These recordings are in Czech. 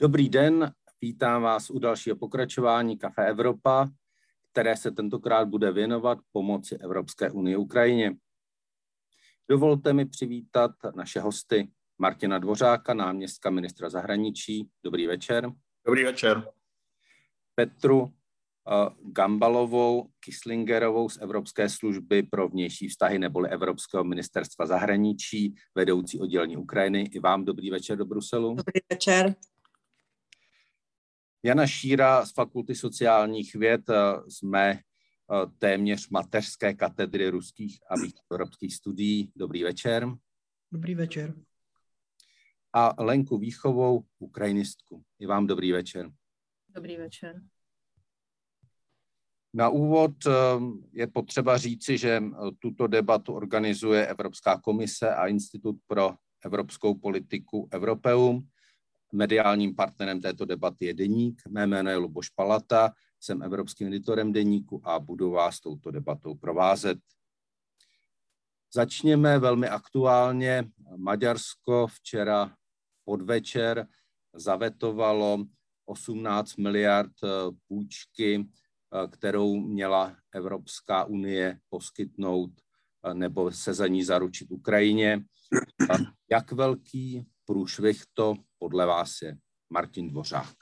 Dobrý den, vítám vás u dalšího pokračování Café Evropa, které se tentokrát bude věnovat pomoci Evropské unie Ukrajině. Dovolte mi přivítat naše hosty Martina Dvořáka, náměstka ministra zahraničí. Dobrý večer. Dobrý večer. Petru Gambalovou Kisslingerovou z Evropské služby pro vnější vztahy neboli Evropského ministerstva zahraničí, vedoucí oddělení Ukrajiny. I vám dobrý večer do Bruselu. Dobrý večer. Jana Šíra z Fakulty sociálních věd z mé téměř mateřské katedry ruských a evropských studií. Dobrý večer. Dobrý večer. A Lenku Výchovou, ukrajinistku. I vám dobrý večer. Dobrý večer. Na úvod je potřeba říci, že tuto debatu organizuje Evropská komise a Institut pro evropskou politiku Europeum. Mediálním partnerem této debaty je Deník. Mé jméno je Luboš Palata, jsem evropským editorem Deníku a budu vás touto debatou provázet. Začněme velmi aktuálně. Maďarsko včera podvečer zavetovalo 18 miliard půjčky, kterou měla Evropská unie poskytnout nebo se za ní zaručit Ukrajině. Jak velký průšvih to podle vás je? Martin Dvořák.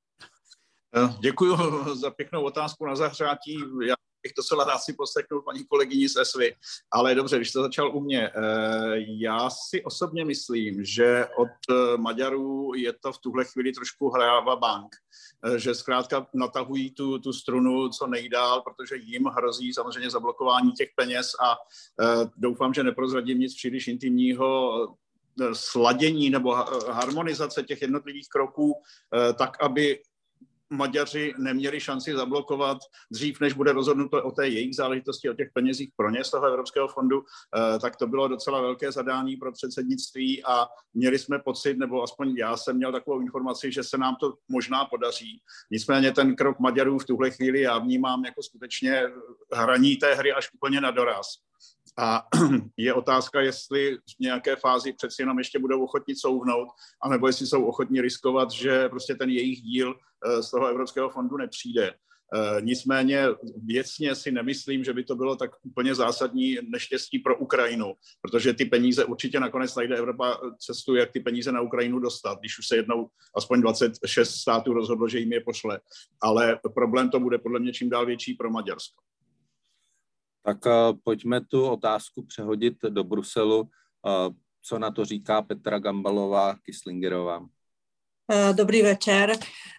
Děkuji za pěknou otázku na zahřátí. Já bych to celá rád si poslechnul paní kolegyni z ESVY, ale dobře, když to začal u mě. Já si osobně myslím, že od Maďarů je to v tuhle chvíli trošku hráva bank, že zkrátka natahují tu strunu co nejdál, protože jim hrozí samozřejmě zablokování těch peněz a doufám, že neprozradím nic příliš intimního, sladění nebo harmonizace těch jednotlivých kroků, tak, aby Maďaři neměli šanci zablokovat dřív, než bude rozhodnuto o té jejich záležitosti, o těch penězích pro ně z toho Evropského fondu, tak to bylo docela velké zadání pro předsednictví a měli jsme pocit, nebo aspoň já jsem měl takovou informaci, že se nám to možná podaří. Nicméně ten krok Maďarů v tuhle chvíli já vnímám jako skutečně hraní té hry až úplně na doraz. A je otázka, jestli v nějaké fázi přeci jenom ještě budou ochotni couvnout, anebo jestli jsou ochotni riskovat, že prostě ten jejich díl z toho Evropského fondu nepřijde. Nicméně věcně si nemyslím, že by to bylo tak úplně zásadní neštěstí pro Ukrajinu, protože ty peníze určitě nakonec najde Evropa cestu, jak ty peníze na Ukrajinu dostat, když už se jednou aspoň 26 států rozhodlo, že jim je pošle. Ale problém to bude podle mě čím dál větší pro Maďarsko. Tak pojďme tu otázku přehodit do Bruselu. Co na to říká Petra Gambalová Kisslingerová? Dobrý večer.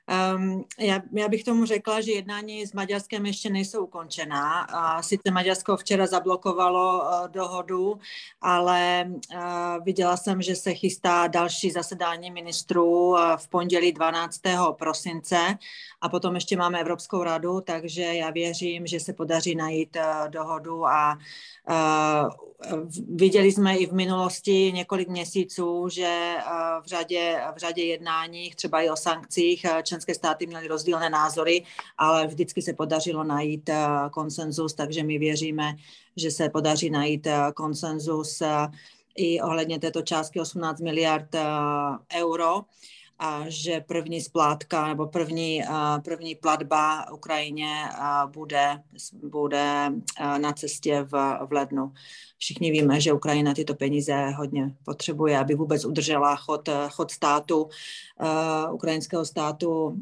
Já bych tomu řekla, že jednání s Maďarskem ještě nejsou ukončená. Sice Maďarsko včera zablokovalo dohodu, ale viděla jsem, že se chystá další zasedání ministrů v pondělí 12. prosince a potom ještě máme Evropskou radu, takže já věřím, že se podaří najít dohodu a viděli jsme i v minulosti několik měsíců, že v řadě jednáních, třeba i o sankcích, členské státy měly rozdílné názory, ale vždycky se podařilo najít konsenzus, takže my věříme, že se podaří najít konsenzus i ohledně této částky 18 miliard euro a že první splátka nebo první platba Ukrajině bude na cestě v lednu. Všichni víme, že Ukrajina tyto peníze hodně potřebuje, aby vůbec udržela chod státu, ukrajinského státu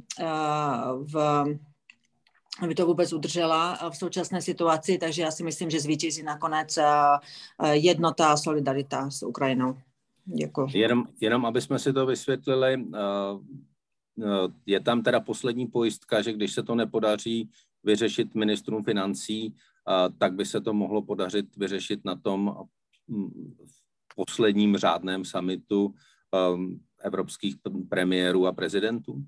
aby to vůbec udržela v současné situaci, takže já si myslím, že zvítězí nakonec jednota a solidarita s Ukrajinou. Děkuji. Jenom aby jsme si to vysvětlili, je tam teda poslední pojistka, že když se to nepodaří vyřešit ministrům financí, tak by se to mohlo podařit vyřešit na tom posledním řádném summitu evropských premiérů a prezidentů?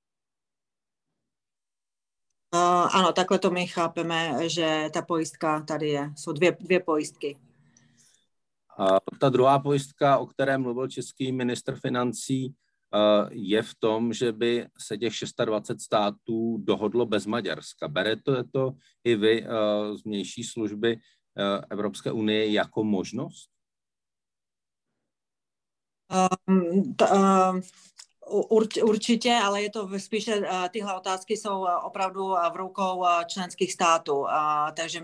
Ano, takhle to my chápeme, že ta pojistka tady je. Jsou dvě pojistky. A ta druhá pojistka, o které mluvil český ministr financí, je v tom, že by se těch 26 států dohodlo bez Maďarska. Berete to i vy z vnější služby Evropské unie jako možnost? Určitě, ale je to spíše, tyhle otázky jsou opravdu v rukou členských států, takže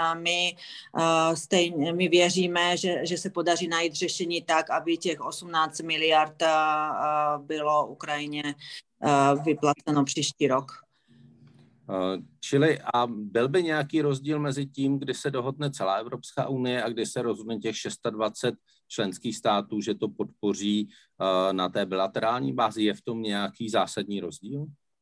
my věříme, že se podaří najít řešení tak, aby těch 18 miliard bylo Ukrajině vyplaceno příští rok. Čili a byl by nějaký rozdíl mezi tím, kdy se dohodne celá Evropská unie a kdy se rozhodne těch 26 členských států, že to podpoří na té bilaterální bázi? Je v tom nějaký zásadní rozdíl?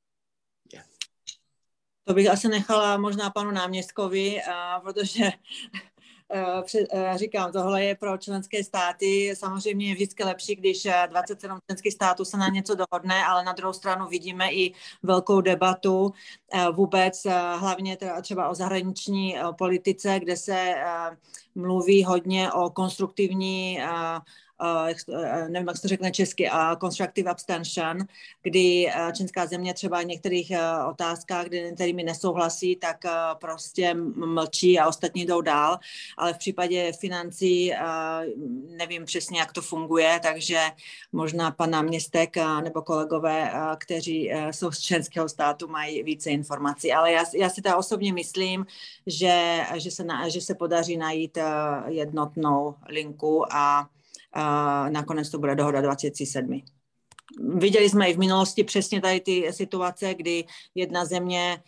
To bych asi nechala možná panu náměstkovi, protože říkám, tohle je pro členské státy. Samozřejmě je vždycky lepší, když 27 členských států se na něco dohodne, ale na druhou stranu vidíme i velkou debatu vůbec, hlavně třeba o zahraniční politice, kde se mluví hodně o konstruktivní, nevím, jak se to řekne česky, constructive abstention, kdy členská země třeba v některých otázkách, kterými nesouhlasí, tak prostě mlčí a ostatní jdou dál, ale v případě financí nevím přesně, jak to funguje, takže možná pan náměstek nebo kolegové, kteří jsou z členského státu, mají více informací, ale já si to osobně myslím, že se podaří najít jednotnou linku a nakonec to bude dohoda 27. Viděli jsme i v minulosti přesně tady ty situace, kdy jedna země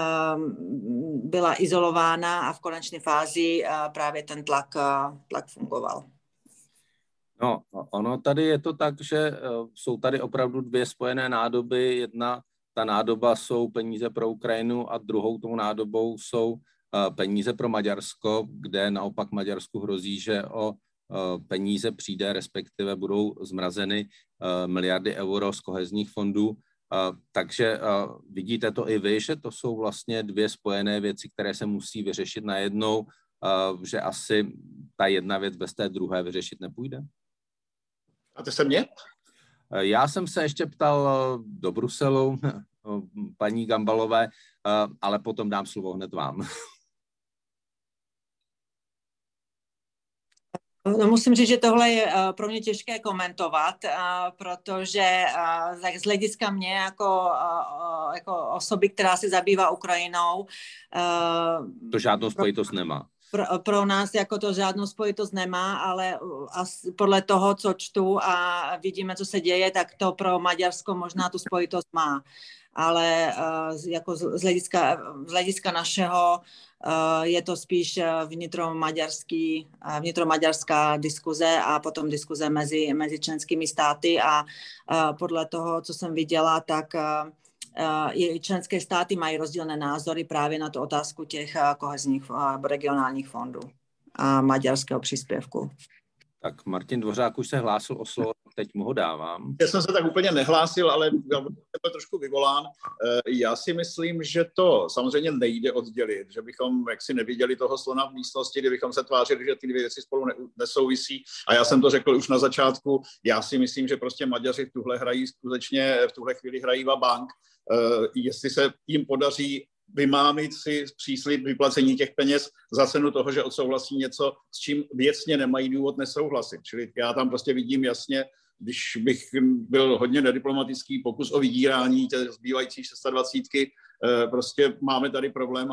byla izolována a v konečné fázi právě ten tlak fungoval. No, ono tady je to tak, že jsou tady opravdu dvě spojené nádoby. Ta nádoba jsou peníze pro Ukrajinu a druhou tou nádobou jsou peníze pro Maďarsko, kde naopak Maďarsku hrozí, že o peníze přijde, respektive budou zmrazeny miliardy euro z kohezních fondů. Takže vidíte to i vy, že to jsou vlastně dvě spojené věci, které se musí vyřešit najednou, že asi ta jedna věc bez té druhé vyřešit nepůjde? A to se mě? Já jsem se ještě ptal do Bruselu paní Gambalové, ale potom dám slovo hned vám. No, musím říct, že tohle je pro mě těžké komentovat, protože z hlediska mě jako osoby, která se zabývá Ukrajinou, to žádnou spojitost nemá. Pro nás jako to žádnou spojitost nemá, ale podle toho, co čtu a vidíme, co se děje, tak to pro Maďarsko možná tu spojitost má. Ale jako z hlediska našeho je to spíš vnitromaďarská diskuze a potom diskuze mezi členskými státy a podle toho, co jsem viděla, tak i členské státy mají rozdílné názory právě na tu otázku těch kohezních regionálních fondů a maďarského příspěvku. Tak Martin Dvořák už se hlásil o slovo, teď mu ho dávám. Já jsem se tak úplně nehlásil, ale byl trošku vyvolán. Já si myslím, že to samozřejmě nejde oddělit, že bychom jaksi neviděli toho slona v místnosti, kdybychom se tvářili, že ty dvě věci spolu nesouvisí. A já jsem to řekl už na začátku, já si myslím, že prostě Maďaři v tuhle chvíli hrají va-bank. Jestli se jim podaří vymámit si příslib vyplacení těch peněz za cenu toho, že odsouhlasí něco, s čím věcně nemají důvod nesouhlasit. Čili já tam prostě vidím jasně, když bych byl hodně nediplomatický, pokus o vydírání té zbývající 26, prostě máme tady problém a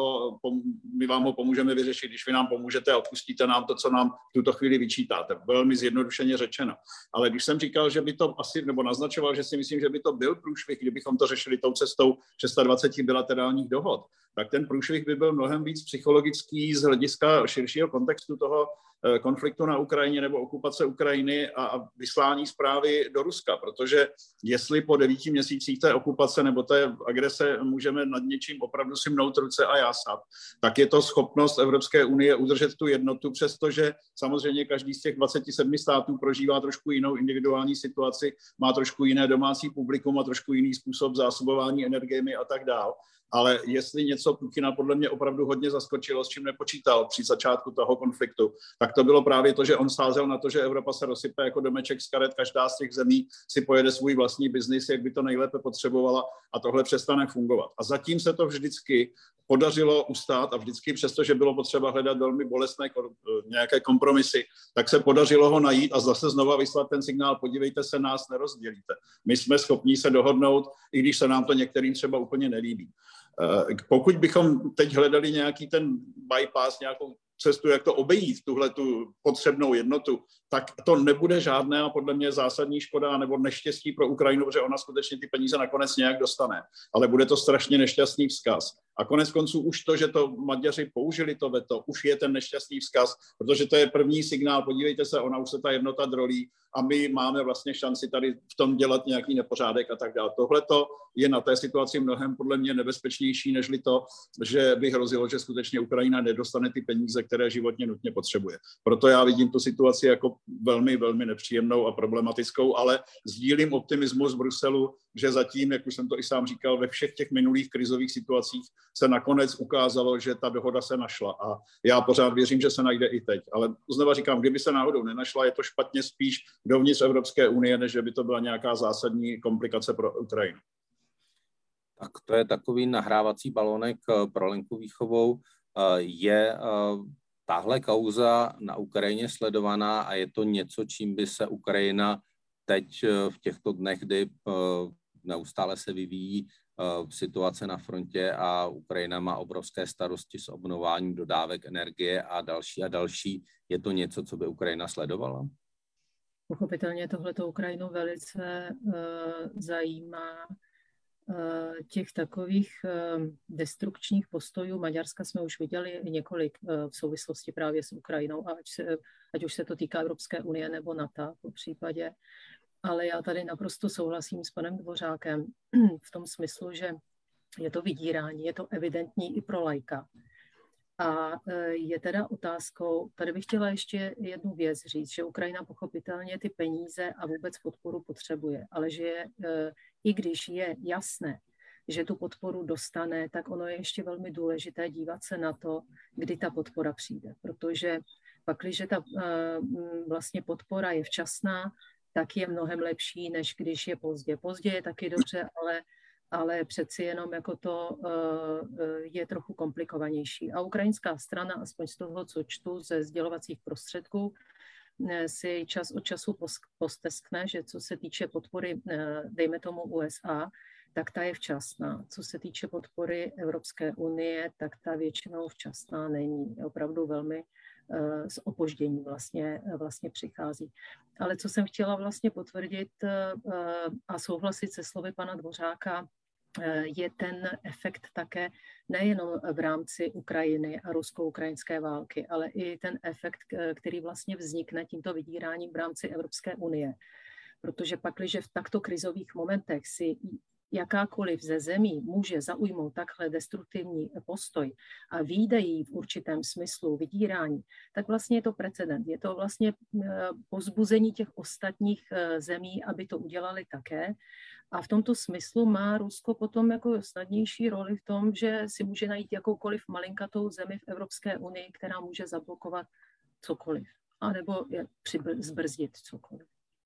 my vám ho pomůžeme vyřešit, když vy nám pomůžete a odpustíte nám to, co nám v tuto chvíli vyčítáte. Velmi zjednodušeně řečeno. Ale když jsem říkal, že by to asi, nebo naznačoval, že si myslím, že by to byl průšvih, kdybychom to řešili tou cestou 26 bilaterálních dohod, tak ten průšvih by byl mnohem víc psychologický z hlediska širšího kontextu toho konfliktu na Ukrajině nebo okupace Ukrajiny a vyslání zprávy do Ruska, protože jestli po 9 měsících té okupace nebo té agrese můžeme nad něčím opravdu si mnout ruce a jásat, tak je to schopnost Evropské unie udržet tu jednotu, přestože samozřejmě každý z těch 27 států prožívá trošku jinou individuální situaci, má trošku jiné domácí publikum a trošku jiný způsob zásobování energiemi a tak dál. Ale jestli něco Putina podle mě opravdu hodně zaskočilo, s čím nepočítal při začátku toho konfliktu, tak to bylo právě to, že on sázel na to, že Evropa se rozsype jako domeček z karet, každá z těch zemí si pojede svůj vlastní biznis, jak by to nejlépe potřebovala a tohle přestane fungovat. A zatím se to vždycky podařilo ustát a vždycky přesto, že bylo potřeba hledat velmi bolestné nějaké kompromisy, tak se podařilo ho najít a zase znova vyslat ten signál, podívejte se, nás nerozdělíte. My jsme schopni se dohodnout, i když se nám to některým třeba úplně nelíbí. Pokud bychom teď hledali nějaký ten bypass, nějakou cestu, jak to obejít, tu potřebnou jednotu, tak to nebude žádná podle mě zásadní škoda nebo neštěstí pro Ukrajinu, protože ona skutečně ty peníze nakonec nějak dostane. Ale bude to strašně nešťastný vzkaz. A konec konců už to, že to Maďaři použili to veto, už je ten nešťastný vzkaz, protože to je první signál, podívejte se, ona už se ta jednota drolí a my máme vlastně šanci tady v tom dělat nějaký nepořádek a tak dále. Tohle to je na té situaci mnohem podle mě nebezpečnější, nežli to, že by hrozilo, že skutečně Ukrajina nedostane ty peníze, které životně nutně potřebuje. Proto já vidím tu situaci jako velmi, velmi nepříjemnou a problematickou, ale sdílím optimismus Bruselu, že zatím, jak už jsem to i sám říkal, ve všech těch minulých krizových situacích se nakonec ukázalo, že ta dohoda se našla a já pořád věřím, že se najde i teď. Ale znova říkám, kdyby se náhodou nenašla, je to špatně spíš dovnitř Evropské unie, než že by to byla nějaká zásadní komplikace pro Ukrajinu. Tak to je takový nahrávací balonek pro Lenku Víchovou. Je tahle kauza na Ukrajině sledovaná a je to něco, čím by se Ukrajina teď v těchto dnech, kdy neustále se vyvíjí situace na frontě a Ukrajina má obrovské starosti s obnováním dodávek energie a další. Je to něco, co by Ukrajina sledovala? Pochopitelně tohleto Ukrajinu velice zajímá. Těch takových destrukčních postojů Maďarska jsme už viděli několik v souvislosti právě s Ukrajinou, ať už se to týká Evropské unie nebo NATO po případě. Ale já tady naprosto souhlasím s panem Dvořákem v tom smyslu, že je to vydírání, je to evidentní i pro laika. A je teda otázkou, tady bych chtěla ještě jednu věc říct, že Ukrajina pochopitelně ty peníze a vůbec podporu potřebuje, ale že i když je jasné, že tu podporu dostane, tak ono je ještě velmi důležité dívat se na to, kdy ta podpora přijde. Protože pakliže ta vlastně podpora je včasná, tak je mnohem lepší, než když je pozdě. Pozdě je taky dobře, ale přeci jenom jako to je trochu komplikovanější. A ukrajinská strana, aspoň z toho, co čtu ze sdělovacích prostředků, si čas od času posteskne, že co se týče podpory, dejme tomu USA, tak ta je včasná. Co se týče podpory Evropské unie, tak ta většinou včasná není. Je opravdu velmi s opožděním vlastně přichází. Ale co jsem chtěla vlastně potvrdit a souhlasit se slovy pana Dvořáka, je ten efekt také nejenom v rámci Ukrajiny a rusko-ukrajinské války, ale i ten efekt, který vlastně vznikne tímto vydíráním v rámci Evropské unie. Protože pakliže v takto krizových momentech si jakákoliv ze zemí může zaujmout takhle destruktivní postoj a vyjde jí v určitém smyslu vydírání, tak vlastně je to precedent. Je to vlastně povzbuzení těch ostatních zemí, aby to udělali také. A v tomto smyslu má Rusko potom jako snadnější roli v tom, že si může najít jakoukoliv malinkatou zemi v Evropské unii, která může zablokovat cokoliv, anebo zbrzdit cokoliv.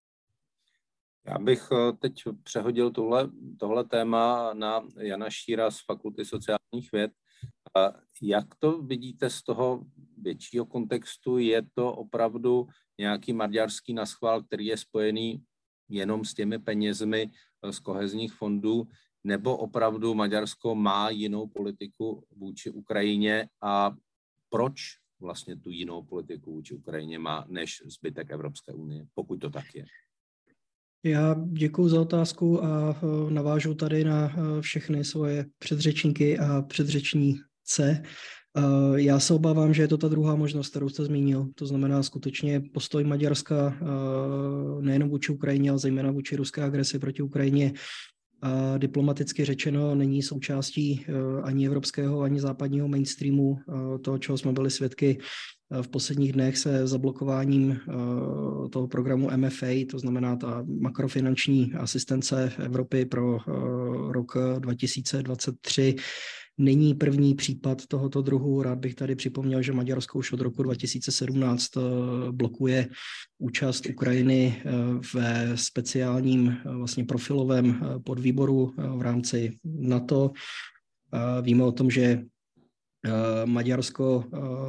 Já bych teď přehodil tohle téma na Jana Šíra z Fakulty sociálních věd. Jak to vidíte z toho většího kontextu? Je to opravdu nějaký maďarský naschvál, který je spojený jenom s těmi penězmi z kohezních fondů, nebo opravdu Maďarsko má jinou politiku vůči Ukrajině a proč vlastně tu jinou politiku vůči Ukrajině má než zbytek Evropské unie, pokud to tak je? Já děkuji za otázku a navážu tady na všechny svoje předřečníky a předřečnice. Já se obávám, že je to ta druhá možnost, kterou jste zmínil. To znamená skutečně postoj Maďarska nejenom vůči Ukrajině, ale zejména vůči ruské agresi proti Ukrajině. A diplomaticky řečeno není součástí ani evropského, ani západního mainstreamu. Toho, čeho jsme byli svědky v posledních dnech se zablokováním toho programu MFA, to znamená ta makrofinanční asistence Evropy pro rok 2023, není první případ tohoto druhu. Rád bych tady připomněl, že Maďarsko už od roku 2017 blokuje účast Ukrajiny ve speciálním vlastně profilovém podvýboru v rámci NATO. Víme o tom, že Maďarsko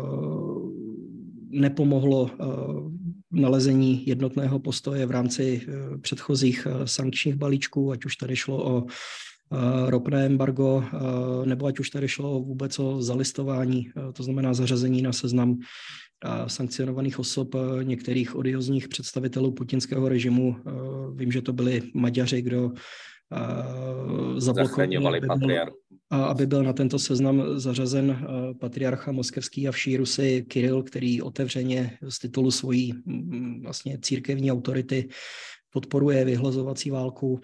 nepomohlo nalezení jednotného postoje v rámci předchozích sankčních balíčků, ať už tady šlo o ropné embargo, nebo ať už tady šlo vůbec o zalistování, to znamená zařazení na seznam sankcionovaných osob některých odiozních představitelů putinského režimu. Vím, že to byli Maďaři, kdo zablokovali, aby byl na tento seznam zařazen patriarcha moskevský a vší Rusy Kiril, který otevřeně z titulu svojí vlastně církevní autority podporuje vyhlazovací válku.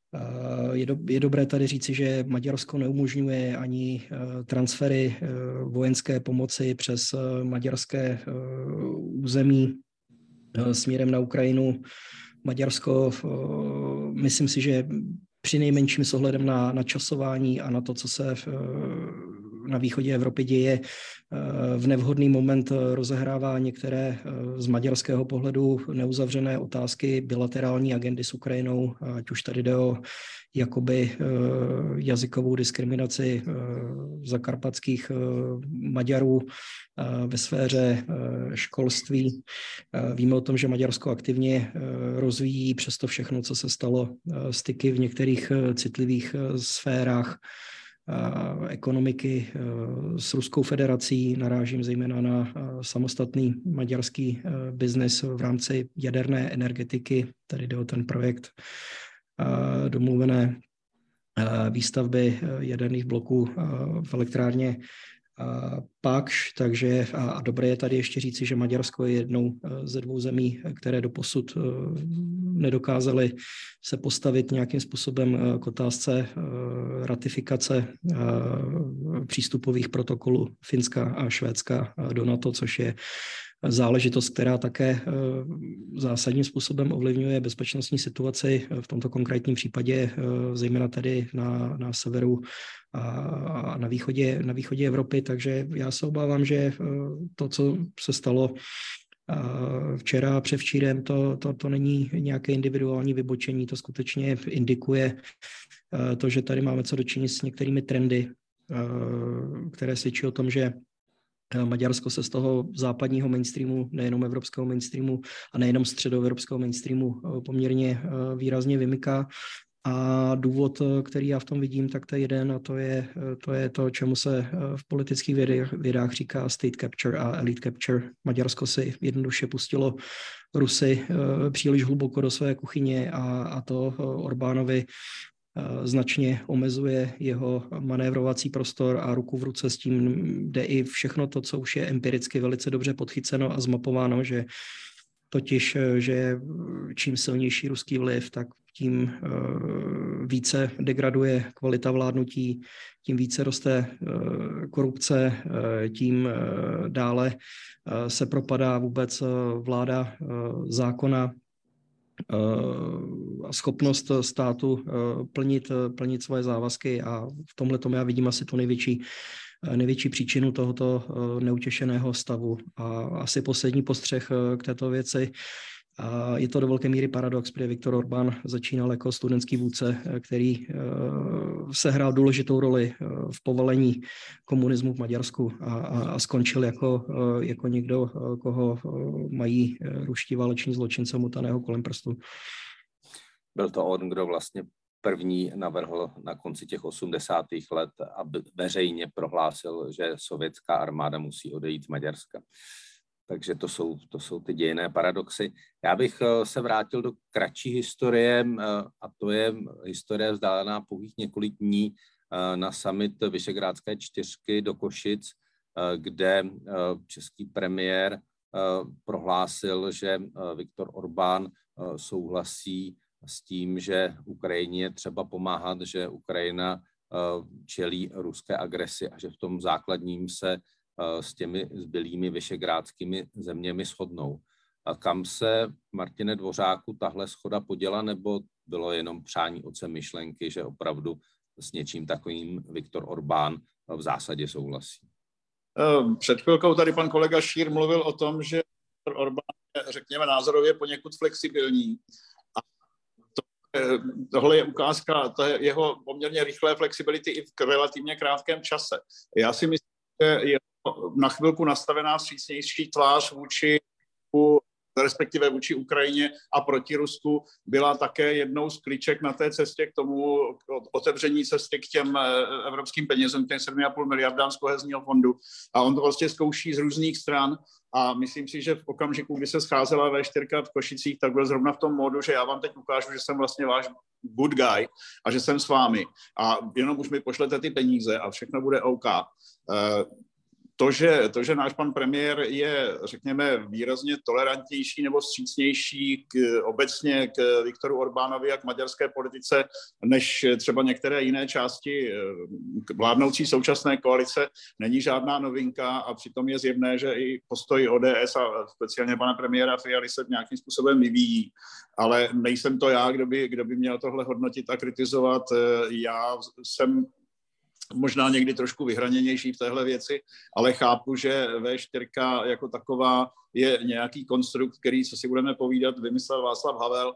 Je dobré tady říci, že Maďarsko neumožňuje ani transfery vojenské pomoci přes maďarské území směrem na Ukrajinu. Maďarsko, myslím si, že přinejmenším s ohledem na časování a na to, co se na východě Evropy děje, v nevhodný moment rozehrává některé z maďarského pohledu neuzavřené otázky bilaterální agendy s Ukrajinou, ať už tady jde o jakoby jazykovou diskriminaci zakarpatských Maďarů ve sféře školství. Víme o tom, že Maďarsko aktivně rozvíjí přesto všechno, co se stalo, styky v některých citlivých sférách ekonomiky s Ruskou federací. Narážím zejména na samostatný maďarský biznes v rámci jaderné energetiky. Tady jde o ten projekt domluvené výstavby jaderných bloků v elektrárně Pakš, takže a dobré je tady ještě říci, že Maďarsko je jednou ze dvou zemí, které doposud nedokázaly se postavit nějakým způsobem k otázce ratifikace přístupových protokolů Finska a Švédska do NATO, což je záležitost, která také zásadním způsobem ovlivňuje bezpečnostní situaci, v tomto konkrétním případě zejména tady na severu a na východě Evropy, takže já se obávám, že to, co se stalo včera a převčírem, to není nějaké individuální vybočení, to skutečně indikuje to, že tady máme co dočinit s některými trendy, které svědčí o tom, že Maďarsko se z toho západního mainstreamu, nejenom evropského mainstreamu a nejenom středoevropského mainstreamu poměrně výrazně vymyká. A důvod, který já v tom vidím, tak to je jeden a to je to, čemu se v politických vědách říká state capture a elite capture. Maďarsko si jednoduše pustilo Rusy příliš hluboko do své kuchyně a to Orbánovi značně omezuje jeho manévrovací prostor a ruku v ruce s tím jde i všechno to, co už je empiricky velice dobře podchyceno a zmapováno, že totiž, že čím silnější ruský vliv, tak tím více degraduje kvalita vládnutí, tím více roste korupce, tím dále se propadá vůbec vláda zákona a schopnost státu plnit svoje závazky a v tomhle tomu já vidím asi tu největší příčinu tohoto neutěšeného stavu. A asi poslední postřeh k této věci. Je to do velké míry paradox, protože Viktor Orbán začínal jako studentský vůdce, který sehrál důležitou roli v povalení komunismu v Maďarsku a skončil jako někdo, koho mají ruští váleční zločince motaného kolem prstu. Byl to on, kdo vlastně první navrhl na konci těch 80. let, aby veřejně prohlásil, že sovětská armáda musí odejít z Maďarska. Takže to jsou ty dějinné paradoxy. Já bych se vrátil do kratší historie a to je historie vzdálená pouhých několik dní na summit Visegrádské čtyřky do Košic, kde český premiér prohlásil, že Viktor Orbán souhlasí s tím, že Ukrajině je třeba pomáhat, že Ukrajina čelí ruské agresi a že v tom základním se s těmi zbylými visegrádskými zeměmi shodnou. A kam se, Martine Dvořáku, tahle shoda poděla, nebo bylo jenom přání otce myšlenky, že opravdu s něčím takovým Viktor Orbán v zásadě souhlasí? Před chvilkou tady pan kolega Šír mluvil o tom, že Viktor Orbán je, řekněme, názorově poněkud flexibilní. A tohle je ukázka jeho poměrně rychlé flexibility i v relativně krátkém čase. Já si myslím, je na chvilku nastavená vstřícnější tvář respektive vůči Ukrajině a proti Rusku, byla také jednou z klíček na té cestě k tomu otevření cesty k těm evropským penězům, těm 7,5 miliardám z kohezního fondu. A on to vlastně zkouší z různých stran a myslím si, že v okamžiku, kdy se scházela V4 v Košicích, tak byl zrovna v tom módu, že já vám teď ukážu, že jsem vlastně váš good guy a že jsem s vámi a jenom už mi pošlete ty peníze a všechno bude OK. To, že náš pan premiér je, řekněme, výrazně tolerantnější nebo vstřícnější obecně k Viktoru Orbánovi a k maďarské politice, než třeba některé jiné části vládnoucí současné koalice, není žádná novinka a přitom je zjevné, že i postoj ODS a speciálně pana premiéra Fialy se nějakým způsobem vyvíjí. Ale nejsem to já, kdo by měl tohle hodnotit a kritizovat. Já jsem možná někdy trošku vyhraněnější v téhle věci, ale chápu, že V4 jako taková je nějaký konstrukt, který, co si budeme povídat, vymyslel Václav Havel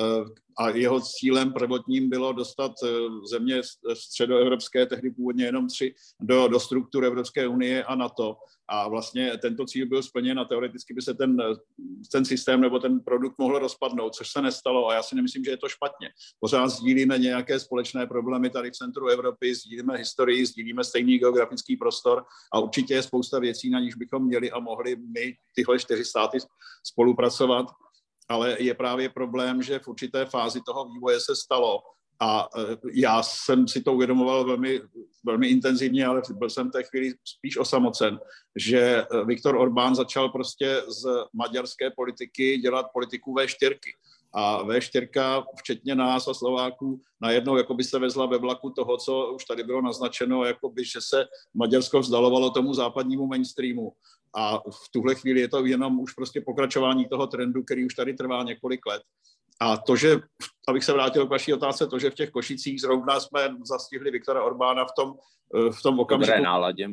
a jeho cílem prvotním bylo dostat země středoevropské, tehdy původně jenom 3, do struktur Evropské unie a NATO. A vlastně tento cíl byl splněn a teoreticky by se ten systém nebo ten produkt mohl rozpadnout, což se nestalo a já si nemyslím, že je to špatně. Pořád sdílíme nějaké společné problémy tady v centru Evropy, sdílíme historii, sdílíme stejný geografický prostor a určitě je spousta věcí, na níž bychom měli a mohli my tyhle 4 státy spolupracovat, ale je právě problém, že v určité fázi toho vývoje se stalo a já jsem si to uvědomoval velmi, velmi intenzivně, ale byl jsem v té chvíli spíš osamocen, že Viktor Orbán začal prostě z maďarské politiky dělat politiku V4. A V4, včetně nás a Slováků, najednou jakoby se vezla ve vlaku toho, co už tady bylo naznačeno, jakoby, že se Maďarsko vzdalovalo tomu západnímu mainstreamu. A v tuhle chvíli je to jenom už prostě pokračování toho trendu, který už tady trvá několik let. A to, že, abych se vrátil k vaší otázce, to, že v těch Košicích zrovna jsme zastihli Viktora Orbána v tom okamžiku. Dobré náladě.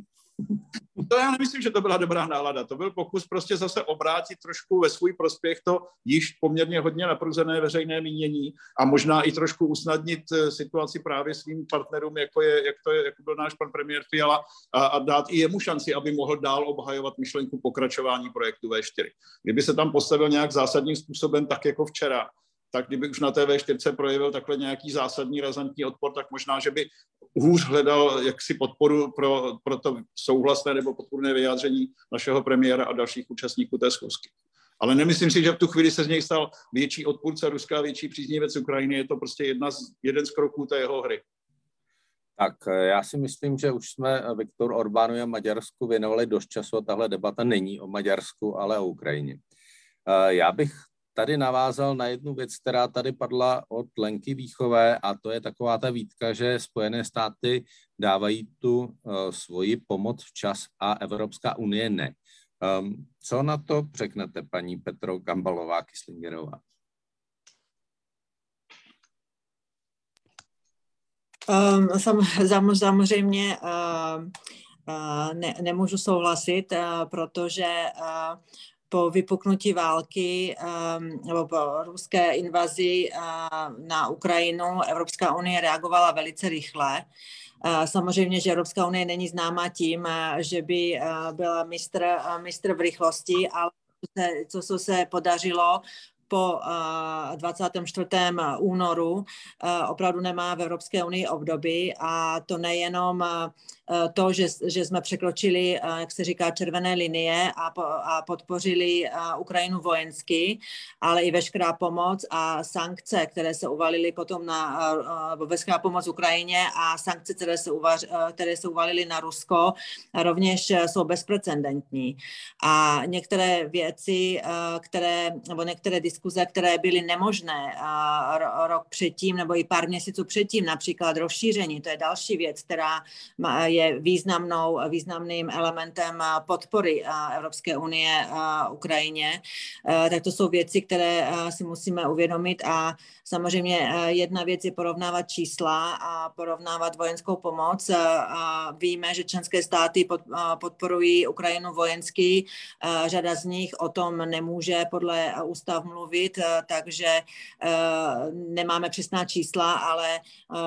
To já nemyslím, že to byla dobrá nálada. To byl pokus prostě zase obrátit trošku ve svůj prospěch to již poměrně hodně napruzené veřejné mínění a možná i trošku usnadnit situaci právě svým partnerům, jako byl náš pan premiér Fiala a dát i jemu šanci, aby mohl dál obhajovat myšlenku pokračování projektu V4. Kdyby se tam postavil nějak zásadním způsobem, tak jako včera, tak kdyby už na té V4 projevil takhle nějaký zásadní razantní odpor, tak možná, že by hůř hledal jaksi podporu pro to souhlasné nebo podpůrné vyjádření našeho premiéra a dalších účastníků té schůzky. Ale nemyslím si, že v tu chvíli se z něj stal větší odpůrce Ruska, větší příznivec Ukrajiny. Je to prostě jeden z kroků té jeho hry. Tak já si myslím, že už jsme Viktoru Orbánovi a Maďarsku věnovali dost času a tahle debata není o Maďarsku, ale o Ukrajině. Já bych tady navázal na jednu věc, která tady padla od Lenky Víchové a to je taková ta výtka, že Spojené státy dávají tu svoji pomoc včas a Evropská unie ne. Co na to řeknete, paní Petro Gambalová-Kyslingerová? Samozřejmě nemůžu souhlasit, protože po vypuknutí války nebo po ruské invazi na Ukrajinu Evropská unie reagovala velice rychle. Samozřejmě, že Evropská unie není známá tím, že by byla mistr v rychlosti, ale co se podařilo po 24. únoru opravdu nemá v Evropské unii obdoby a to nejenom to, že jsme překročili, jak se říká, červené linie a podpořili Ukrajinu vojensky, ale i veškerá pomoc a sankce, které se uvalily potom veškerá pomoc Ukrajině a sankce, které se uvalily na Rusko, rovněž jsou bezprecedentní. A některé věci, nebo některé diskuze, které byly nemožné rok předtím nebo i pár měsíců předtím, například rozšíření, to je další věc, která je významným elementem podpory Evropské unie Ukrajině. Tak to jsou věci, které si musíme uvědomit a samozřejmě jedna věc je porovnávat čísla a porovnávat vojenskou pomoc. Víme, že členské státy podporují Ukrajinu vojensky. Řada z nich o tom nemůže podle ústav mluvit mluvit, takže nemáme přesná čísla, ale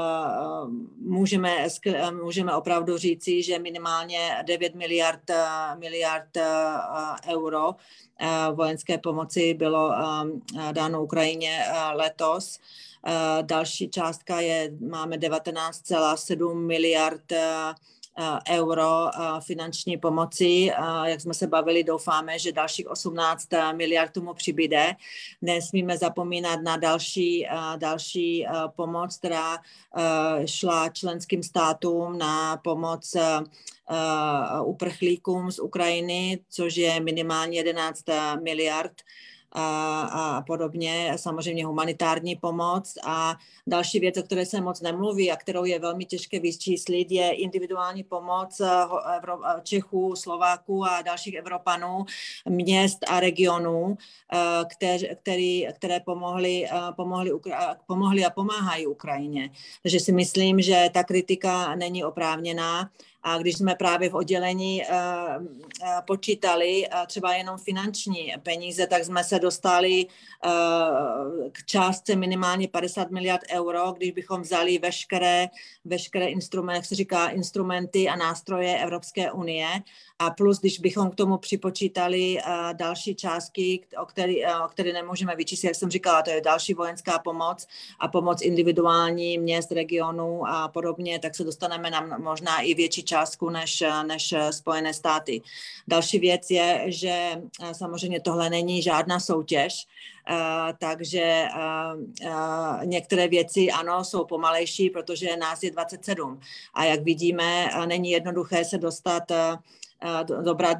můžeme opravdu říci, že minimálně 9 miliard euro vojenské pomoci bylo dáno Ukrajině letos. Další částka máme 19,7 miliard euro finanční pomoci. Jak jsme se bavili, doufáme, že dalších 18 miliard tomu přibyde. Nesmíme zapomínat na další pomoc, která šla členským státům na pomoc uprchlíkům z Ukrajiny, což je minimálně 11 miliard a podobně, samozřejmě humanitární pomoc. A další věc, o které se moc nemluví a kterou je velmi těžké vyčíslit, je individuální pomoc Čechů, Slováků a dalších Evropanů, měst a regionů, které pomohly a pomáhají Ukrajině. Takže si myslím, že ta kritika není oprávněná. A když jsme právě v oddělení počítali třeba jenom finanční peníze, tak jsme se dostali k částce minimálně 50 miliard euro, když bychom vzali veškeré instrumenty, jak se říká, instrumenty a nástroje Evropské unie. A plus, když bychom k tomu připočítali další částky, o které nemůžeme vyčíslit, jak jsem říkala, to je další vojenská pomoc a pomoc individuální měst, regionů a podobně, tak se dostaneme na možná i větší částku než Spojené státy. Další věc je, že samozřejmě tohle není žádná soutěž, takže některé věci ano, jsou pomalejší, protože nás je 27. A jak vidíme, není jednoduché se dobrat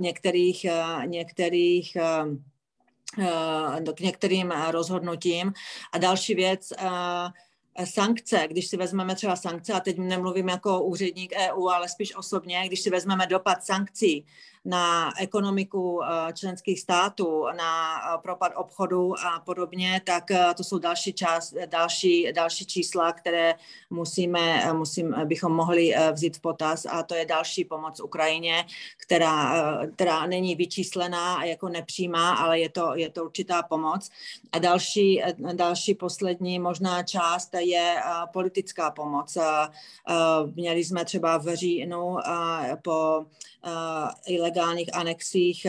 k některým rozhodnutím. A další věc, sankce, když si vezmeme třeba sankce, a teď nemluvím jako úředník EU, ale spíš osobně, když si vezmeme dopad sankcí na ekonomiku členských států, na propad obchodu a podobně, tak to jsou další čísla, které bychom mohli vzít v potaz, a to je další pomoc Ukrajině, která není vyčíslená jako nepřímá, ale je to určitá pomoc. A další poslední možná část je politická pomoc. Měli jsme třeba v říjnu po ilegálních anexích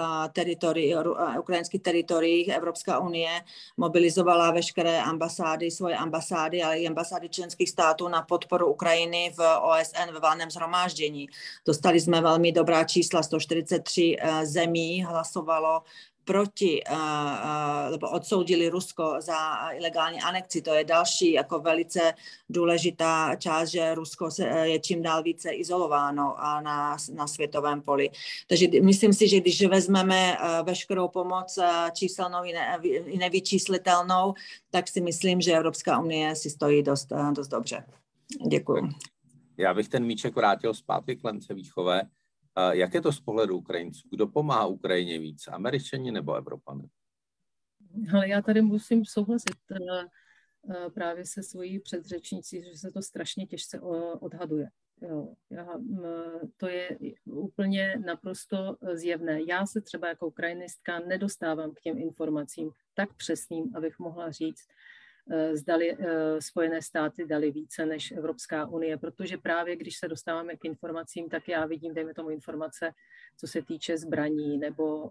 ukrajinských teritorií Evropská unie mobilizovala veškeré svoje ambasády, ale i ambasády členských států na podporu Ukrajiny v OSN ve valném shromáždění. Dostali jsme velmi dobrá čísla, 143 zemí hlasovalo proti, nebo odsoudili Rusko za ilegální anexi. To je další jako velice důležitá část, že Rusko je čím dál více izolováno na světovém poli. Takže myslím si, že když vezmeme veškerou pomoc číselnou i nevyčíslitelnou, tak si myslím, že Evropská unie si stojí dost dobře. Děkuji. Já bych ten míček vrátil zpátky k Lence Víchové. Jak je to z pohledu Ukrajinců? Kdo pomáhá Ukrajině víc? Američani nebo Evropané? Ale já tady musím souhlasit právě se svojí předřečnicí, že se to strašně těžce odhaduje. Jo, to je úplně naprosto zjevné. Já se třeba jako ukrajinistka nedostávám k těm informacím tak přesným, abych mohla říct, zdali Spojené státy dali více než Evropská unie, protože právě když se dostáváme k informacím, tak já vidím, dejme tomu informace, co se týče zbraní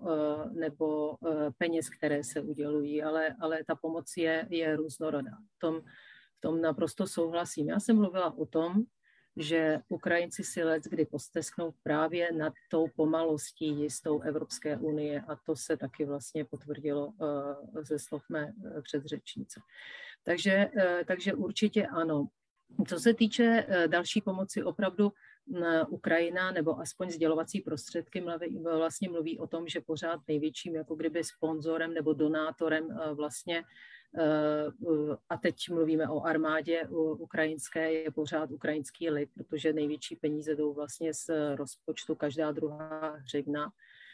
nebo peněz, které se udělují, ale ta pomoc je různorodá. V tom naprosto souhlasím. Já jsem mluvila o tom, že Ukrajinci si leckdy postesknou právě nad tou pomalostí jistou Evropské unie, a to se taky vlastně potvrdilo ze slov mé předřečnice. Takže určitě ano. Co se týče další pomoci, opravdu Ukrajina nebo aspoň sdělovací prostředky vlastně mluví o tom, že pořád největším jako kdyby sponzorem nebo donátorem vlastně, a teď mluvíme o armádě ukrajinské, je pořád ukrajinský lid, protože největší peníze jdou vlastně z rozpočtu, každá druhá hřivna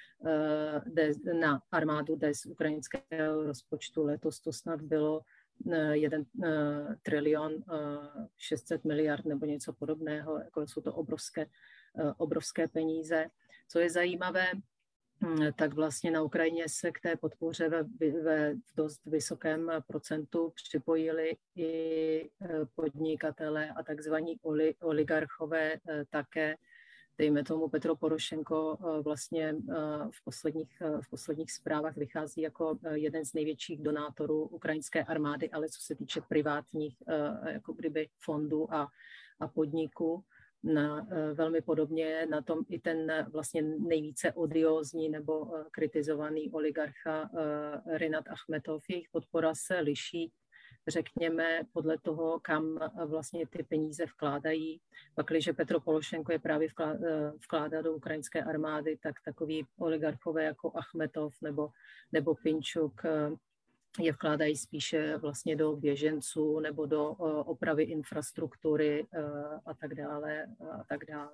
na armádu jde z ukrajinského rozpočtu. Letos to snad bylo 1 trilion 600 miliard nebo něco podobného, jako jsou to obrovské peníze. Co je zajímavé, tak vlastně na Ukrajině se k té podpoře ve dost vysokém procentu připojili i podnikatelé a takzvaní oligarchové také. Dejme tomu, Petro Porošenko vlastně v posledních zprávách vychází jako jeden z největších donátorů ukrajinské armády, ale co se týče privátních jako kdyby fondů a podniků, velmi podobně na tom i ten vlastně nejvíce odiózní nebo kritizovaný oligarcha Rinat Achmetov. Jejich podpora se liší, řekněme, podle toho, kam vlastně ty peníze vkládají. Pakliže Petro Porošenko je právě vkládá do ukrajinské armády, tak takový oligarchové jako Achmetov nebo Pinčuk je vkládají spíše vlastně do běženců nebo do opravy infrastruktury a tak dále a tak dále.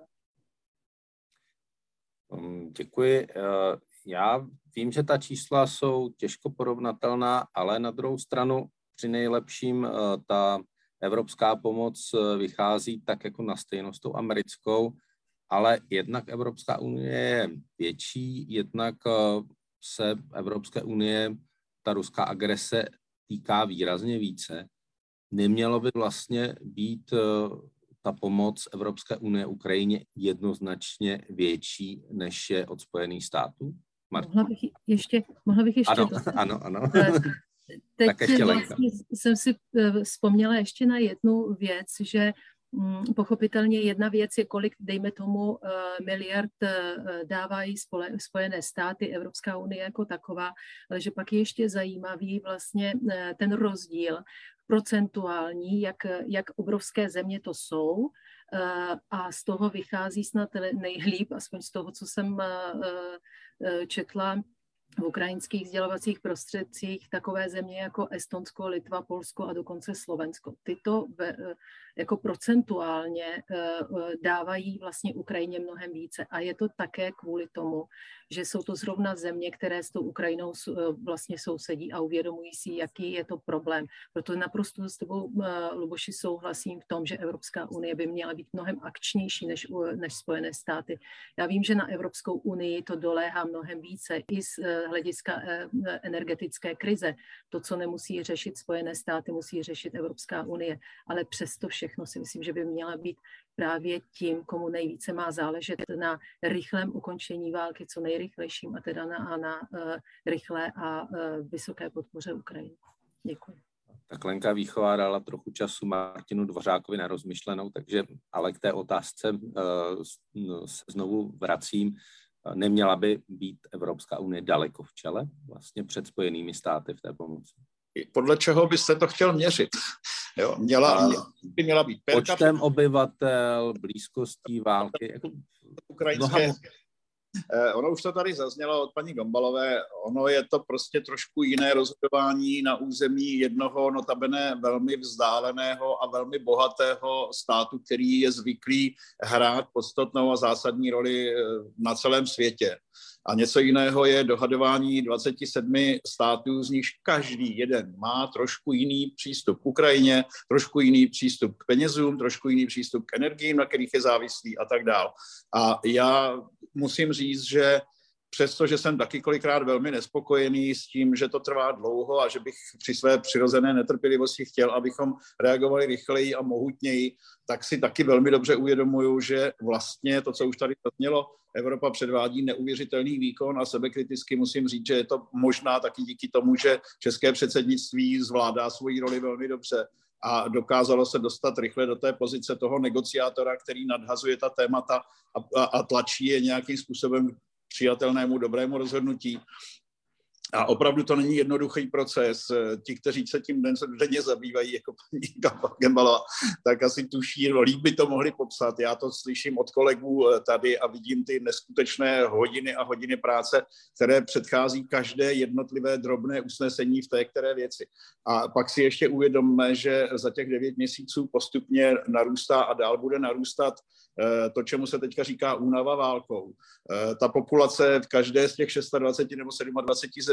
Děkuji. Já vím, že ta čísla jsou těžko porovnatelná, ale na druhou stranu při nejlepším ta evropská pomoc vychází tak jako na stejno s tou americkou, ale jednak Evropská unie je větší, jednak se Evropské unie ta ruská agrese týká výrazně více. Nemělo by vlastně být ta pomoc Evropské unie Ukrajině jednoznačně větší, než je od Spojených států? Mohla bych ještě Ano. Teď vlastně jsem si vzpomněla ještě na jednu věc, že pochopitelně jedna věc je, kolik, dejme tomu, miliard dávají Spojené státy, Evropská unie jako taková, ale že pak je ještě zajímavý vlastně ten rozdíl procentuální, jak obrovské země to jsou, a z toho vychází snad nejlíp, aspoň z toho, co jsem četla v ukrajinských sdělovacích prostředcích, takové země jako Estonsko, Litva, Polsko a dokonce Slovensko. Tyto jako procentuálně dávají vlastně Ukrajině mnohem více. A je to také kvůli tomu, že jsou to zrovna země, které s tou Ukrajinou vlastně sousedí a uvědomují si, jaký je to problém. Proto naprosto s tebou, Luboši, souhlasím v tom, že Evropská unie by měla být mnohem akčnější než Spojené státy. Já vím, že na Evropskou unii to doléhá mnohem více i z hlediska energetické krize. To, co nemusí řešit Spojené státy, musí řešit Evropská unie. Ale přesto všechno si myslím, že by měla být právě tím, komu nejvíce má záležet na rychlém ukončení války, co nejrychlejším, a teda na rychlé a vysoké podpoře Ukrajiny. Děkuji. Tak Lenka Víchová dala trochu času Martinu Dvořákovi na rozmyšlenou, takže ale k té otázce se znovu vracím. Neměla by být Evropská unie daleko v čele vlastně před Spojenými státy v té pomoci? Podle čeho byste to chtěl měřit? Jo, měla být počtem obyvatel, blízkostí války. Jako ukrajinské. Ono už to tady zaznělo od paní Gombalové, ono je to prostě trošku jiné rozhodování na území jednoho notabene velmi vzdáleného a velmi bohatého státu, který je zvyklý hrát podstatnou a zásadní roli na celém světě. A něco jiného je dohadování 27 států, z nichž každý jeden má trošku jiný přístup k Ukrajině, trošku jiný přístup k penězům, trošku jiný přístup k energiím, na kterých je závislý a tak dál. A já musím říct, že přestože jsem taky kolikrát velmi nespokojený s tím, že to trvá dlouho a že bych při své přirozené netrpělivosti chtěl, abychom reagovali rychleji a mohutněji, tak si taky velmi dobře uvědomuju, že vlastně to, co už tady zaznělo, Evropa předvádí neuvěřitelný výkon a sebekriticky musím říct, že je to možná taky díky tomu, že české předsednictví zvládá svoji roli velmi dobře a dokázalo se dostat rychle do té pozice toho negociátora, který nadhazuje ta témata a tlačí je nějakým způsobem k přijatelnému, dobrému rozhodnutí. A opravdu to není jednoduchý proces. Ti, kteří se tím denně zabývají, jako paní Gombalová, tak asi tuší, líp by to mohli popsat. Já to slyším od kolegů tady a vidím ty neskutečné hodiny a hodiny práce, které předchází každé jednotlivé drobné usnesení v té které věci. A pak si ještě uvědomme, že za těch 9 měsíců postupně narůstá a dál bude narůstat to, čemu se teďka říká únava válkou. Ta populace v každé z těch 26 nebo 27 zemí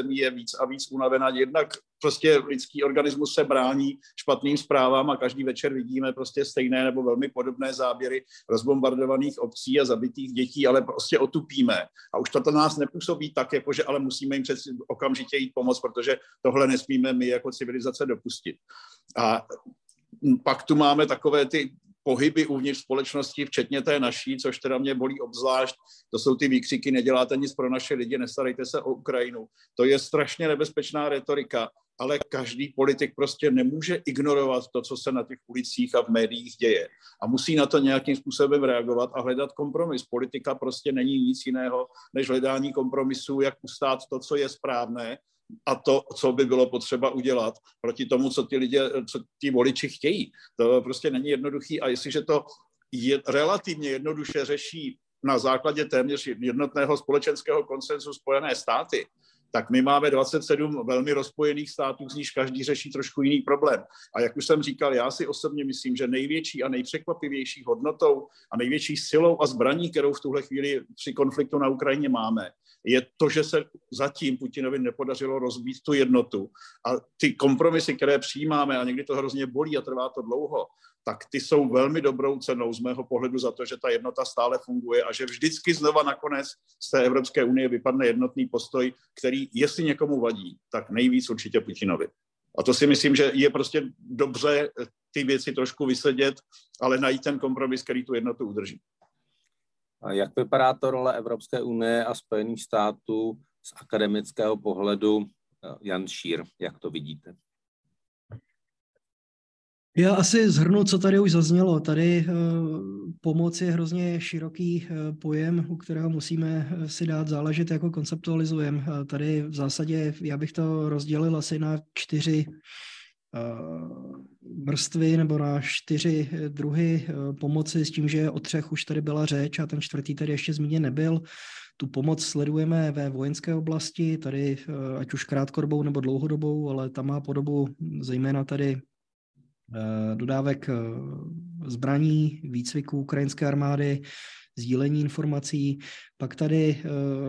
zemí je víc a víc unavená. Jednak prostě lidský organismus se brání špatným zprávám a každý večer vidíme prostě stejné nebo velmi podobné záběry rozbombardovaných obcí a zabitých dětí, ale prostě otupíme. A už to nás nepůsobí tak, jakože ale musíme jim přeci okamžitě jít pomoct, protože tohle nesmíme my jako civilizace dopustit. A pak tu máme takové ty pohyby uvnitř společnosti, včetně té naší, což teda mě bolí obzvlášť. To jsou ty výkřiky, neděláte nic pro naše lidi, nestarejte se o Ukrajinu. To je strašně nebezpečná retorika, ale každý politik prostě nemůže ignorovat to, co se na těch ulicích a v médiích děje. A musí na to nějakým způsobem reagovat a hledat kompromis. Politika prostě není nic jiného, než hledání kompromisů, jak ustát to, co je správné, a to, co by bylo potřeba udělat proti tomu, co ti voliči chtějí. To prostě není jednoduchý a jestliže to relativně jednoduše řeší na základě téměř jednotného společenského konsenzu Spojené státy, tak my máme 27 velmi rozpojených států, z níž každý řeší trošku jiný problém. A jak už jsem říkal, já si osobně myslím, že největší a nejpřekvapivější hodnotou a největší silou a zbraní, kterou v tuhle chvíli při konfliktu na Ukrajině máme, je to, že se zatím Putinovi nepodařilo rozbít tu jednotu. A ty kompromisy, které přijímáme, a někdy to hrozně bolí a trvá to dlouho, tak ty jsou velmi dobrou cenou z mého pohledu za to, že ta jednota stále funguje a že vždycky znova nakonec z té Evropské unie vypadne jednotný postoj, který, jestli někomu vadí, tak nejvíc určitě Putinovi. A to si myslím, že je prostě dobře ty věci trošku vysedět, ale najít ten kompromis, který tu jednotu udrží. A jak vypadá to role Evropské unie a Spojených států z akademického pohledu? Jan Šír, jak to vidíte? Já asi shrnu, co tady už zaznělo. Tady pomoc je hrozně široký pojem, u kterého musíme si dát záležet, jako konceptualizujeme. Tady v zásadě já bych to rozdělil asi na 4 vrstvy nebo na 4 druhy pomoci s tím, že o 3 už tady byla řeč a ten 4. tady ještě zmíněn nebyl. Tu pomoc sledujeme ve vojenské oblasti, tady ať už krátkodobou nebo dlouhodobou, ale ta má podobu zejména tady dodávek zbraní, výcviku ukrajinské armády, sdílení informací. Pak tady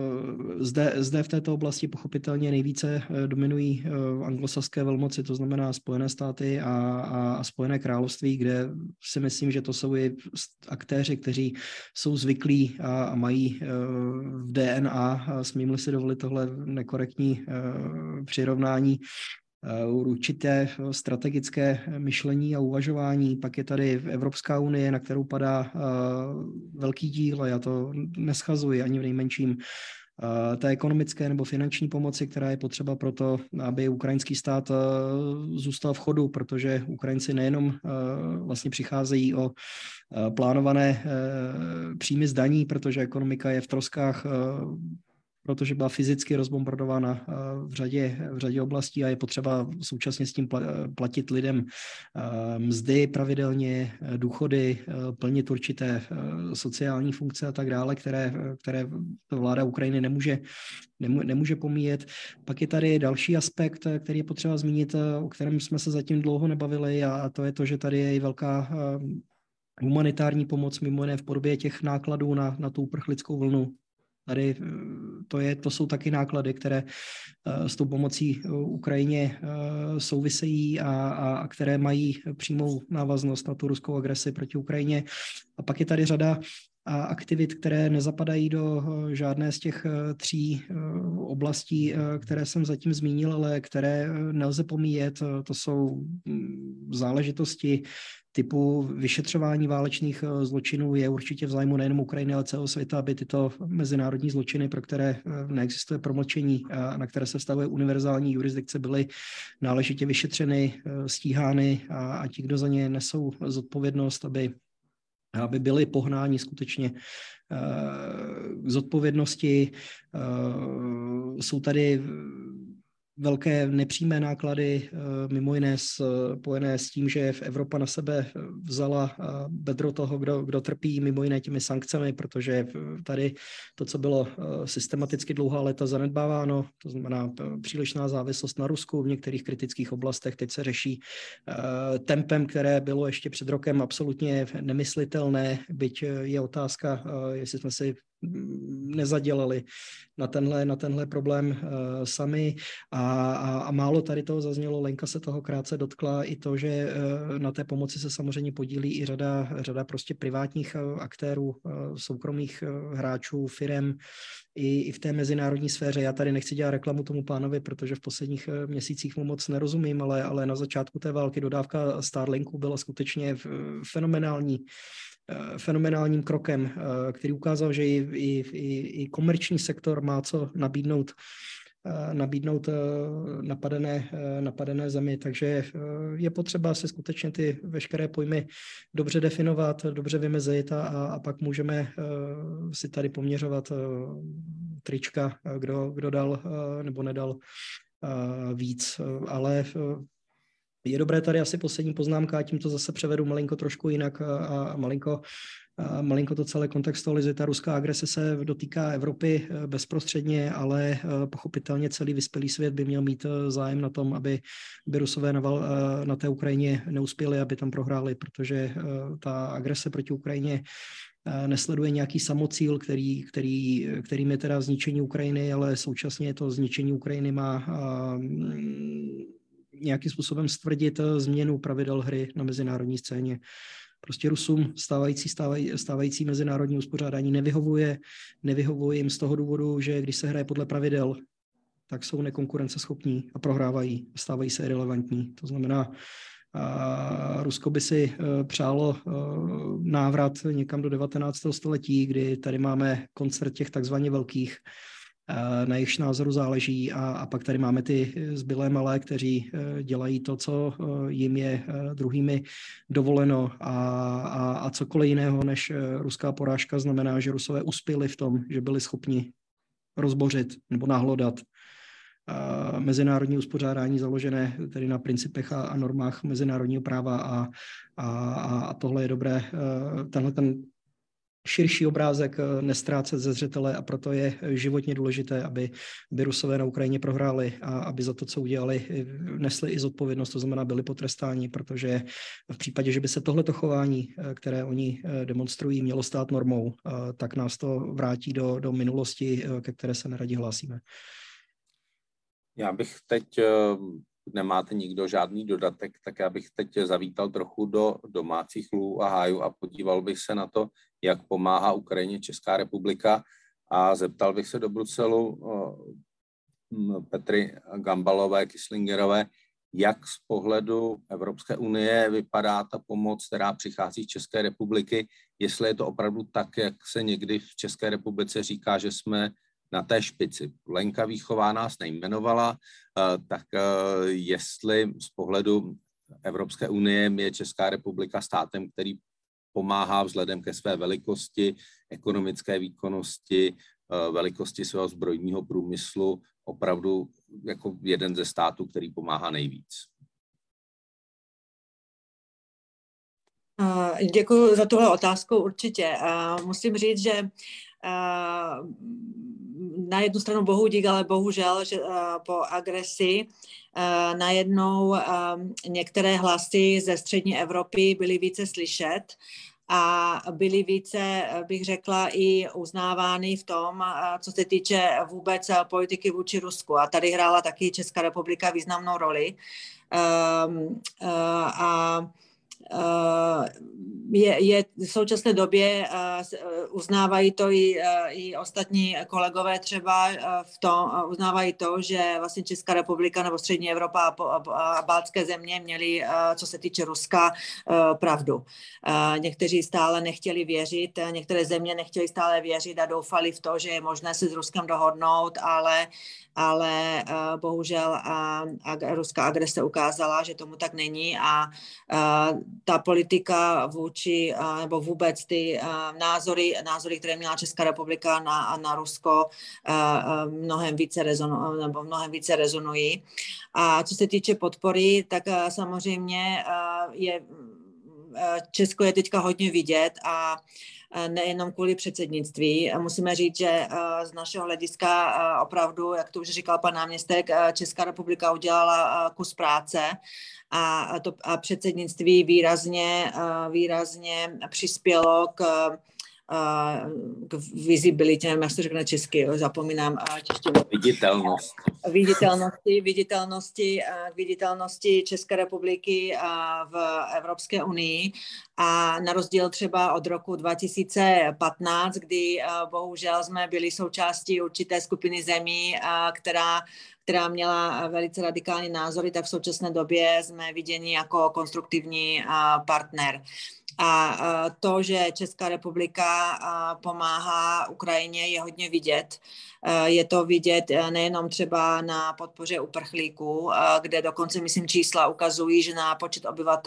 zde v této oblasti pochopitelně nejvíce dominují anglosaské velmoci, to znamená Spojené státy a Spojené království, kde si myslím, že to jsou i aktéři, kteří jsou zvyklí a mají v DNA, smím-li si dovolit tohle nekorektní přirovnání, určité strategické myšlení a uvažování. Pak je tady Evropská unie, na kterou padá velký díl, a já to neschazuji ani v nejmenším, té ekonomické nebo finanční pomoci, která je potřeba pro to, aby ukrajinský stát zůstal v chodu, protože Ukrajinci nejenom vlastně přicházejí o plánované příjmy z daní, protože ekonomika je v troskách, protože byla fyzicky rozbombardována v řadě oblastí a je potřeba současně s tím platit lidem mzdy pravidelně, důchody, plnit určité sociální funkce a tak dále, které vláda Ukrajiny nemůže pomíjet. Pak je tady další aspekt, který je potřeba zmínit, o kterém jsme se zatím dlouho nebavili, a to je to, že tady je i velká humanitární pomoc, mimo jiné v podobě těch nákladů na tu uprchlickou vlnu. Tady to jsou taky náklady, které s tou pomocí Ukrajině souvisejí a které mají přímou návaznost na tu ruskou agresi proti Ukrajině. A pak je tady řada aktivit, které nezapadají do žádné z těch 3 oblastí, které jsem zatím zmínil, ale které nelze pomíjet. To jsou záležitosti typu vyšetřování válečných zločinů. Je určitě v zájmu nejenom Ukrajiny, ale celého světa, aby tyto mezinárodní zločiny, pro které neexistuje promlčení a na které se vztahuje univerzální jurisdikce, byly náležitě vyšetřeny, stíhány a ti, kdo za ně nesou zodpovědnost, aby byli pohnáni skutečně k zodpovědnosti. Jsou tady velké nepřímé náklady, mimo jiné spojené s tím, že Evropa na sebe vzala bedro toho, kdo trpí, mimo jiné těmi sankcemi, protože tady to, co bylo systematicky dlouhá léta zanedbáváno, to znamená přílišná závislost na Rusku v některých kritických oblastech, teď se řeší tempem, které bylo ještě před rokem absolutně nemyslitelné, byť je otázka, jestli jsme si nezadělali na tenhle problém sami a málo tady toho zaznělo, Lenka se toho krátce dotkla, i to, že na té pomoci se samozřejmě podílí i řada prostě privátních aktérů, soukromých hráčů, firem, i v té mezinárodní sféře. Já tady nechci dělat reklamu tomu pánovi, protože v posledních měsících mu moc nerozumím, ale na začátku té války dodávka Starlinku byla skutečně fenomenálním krokem, který ukázal, že i komerční sektor má co nabídnout napadené zemi, takže je potřeba si skutečně ty veškeré pojmy dobře definovat, dobře vymezit a pak můžeme si tady poměřovat trička, kdo dal nebo nedal víc, ale je dobré tady asi poslední poznámka, a tím to zase převedu malinko trošku jinak a malinko to celé kontextualizuje. Ta ruská agrese se dotýká Evropy bezprostředně, ale pochopitelně celý vyspělý svět by měl mít zájem na tom, aby Rusové na té Ukrajině neuspěli, aby tam prohráli, protože ta agrese proti Ukrajině nesleduje nějaký samocíl, kterým je teda zničení Ukrajiny, ale současně to zničení Ukrajiny má nějakým způsobem stvrdit změnu pravidel hry na mezinárodní scéně. Prostě Rusům stávající mezinárodní uspořádání nevyhovuje jim z toho důvodu, že když se hraje podle pravidel, tak jsou nekonkurenceschopní a prohrávají, stávají se irelevantní. To znamená, Rusko by si přálo návrat někam do 19. století, kdy tady máme koncert těch takzvaně velkých, na jejichž názoru záleží a pak tady máme ty zbylé malé, kteří dělají to, co jim je druhými dovoleno a cokoliv jiného než ruská porážka znamená, že Rusové uspěli v tom, že byli schopni rozbořit nebo nahlodat mezinárodní uspořádání založené tedy na principech a normách mezinárodního práva a tohle je dobré. Tenhle ten širší obrázek nestrácet ze zřetele a proto je životně důležité, aby Rusové na Ukrajině prohráli a aby za to, co udělali, nesli i zodpovědnost, to znamená byli potrestáni, protože v případě, že by se tohleto chování, které oni demonstrují, mělo stát normou, tak nás to vrátí do minulosti, ke které se neradi hlásíme. Já bych teď, nemáte nikdo žádný dodatek, tak já bych teď zavítal trochu do domácích lů a hájů a podíval bych se na to, jak pomáhá Ukrajině Česká republika a zeptal bych se do Bruselu Petry Gambalové, Kislingerové, jak z pohledu Evropské unie vypadá ta pomoc, která přichází z České republiky, jestli je to opravdu tak, jak se někdy v České republice říká, že jsme na té špici. Lenka Víchová nás nejmenovala, tak jestli z pohledu Evropské unie je Česká republika státem, který pomáhá vzhledem ke své velikosti, ekonomické výkonnosti, velikosti svého zbrojního průmyslu, opravdu jako jeden ze států, který pomáhá nejvíc. Děkuji za tuhle otázku určitě. Musím říct, že na jednu stranu bohu dík, ale bohužel, že po agresi najednou některé hlasy ze střední Evropy byly více slyšet a byly více, bych řekla, i uznávány v tom, co se týče vůbec politiky vůči Rusku. A tady hrála taky Česká republika významnou roli. V současné době uznávají to i ostatní kolegové třeba v tom, uznávají to, že vlastně Česká republika nebo střední Evropa a baltské země měly, co se týče Ruska, pravdu. Někteří stále nechtěli věřit, některé země nechtěli stále věřit a doufali v to, že je možné se s Ruskem dohodnout, ale bohužel ruská agrese ukázala, že tomu tak není a ta politika vůči, nebo vůbec ty názory, které měla Česká republika na Rusko, mnohem více rezonují. A co se týče podpory, tak samozřejmě Česko je teďka hodně vidět a nejenom kvůli předsednictví. Musíme říct, že z našeho hlediska opravdu, jak to už říkal pan náměstek, Česká republika udělala kus práce a předsednictví výrazně přispělo k k visibilitě, nevím, jak se řekne česky, zapomínám češtinu. Viditelnosti České republiky v Evropské unii. A na rozdíl třeba od roku 2015, kdy bohužel jsme byli součástí určité skupiny zemí, která měla velice radikální názory, tak v současné době jsme viděni jako konstruktivní partner. A to, že Česká republika pomáhá Ukrajině, je hodně vidět. Je to vidět nejenom třeba na podpoře uprchlíků, kde dokonce, myslím, čísla ukazují, že na počet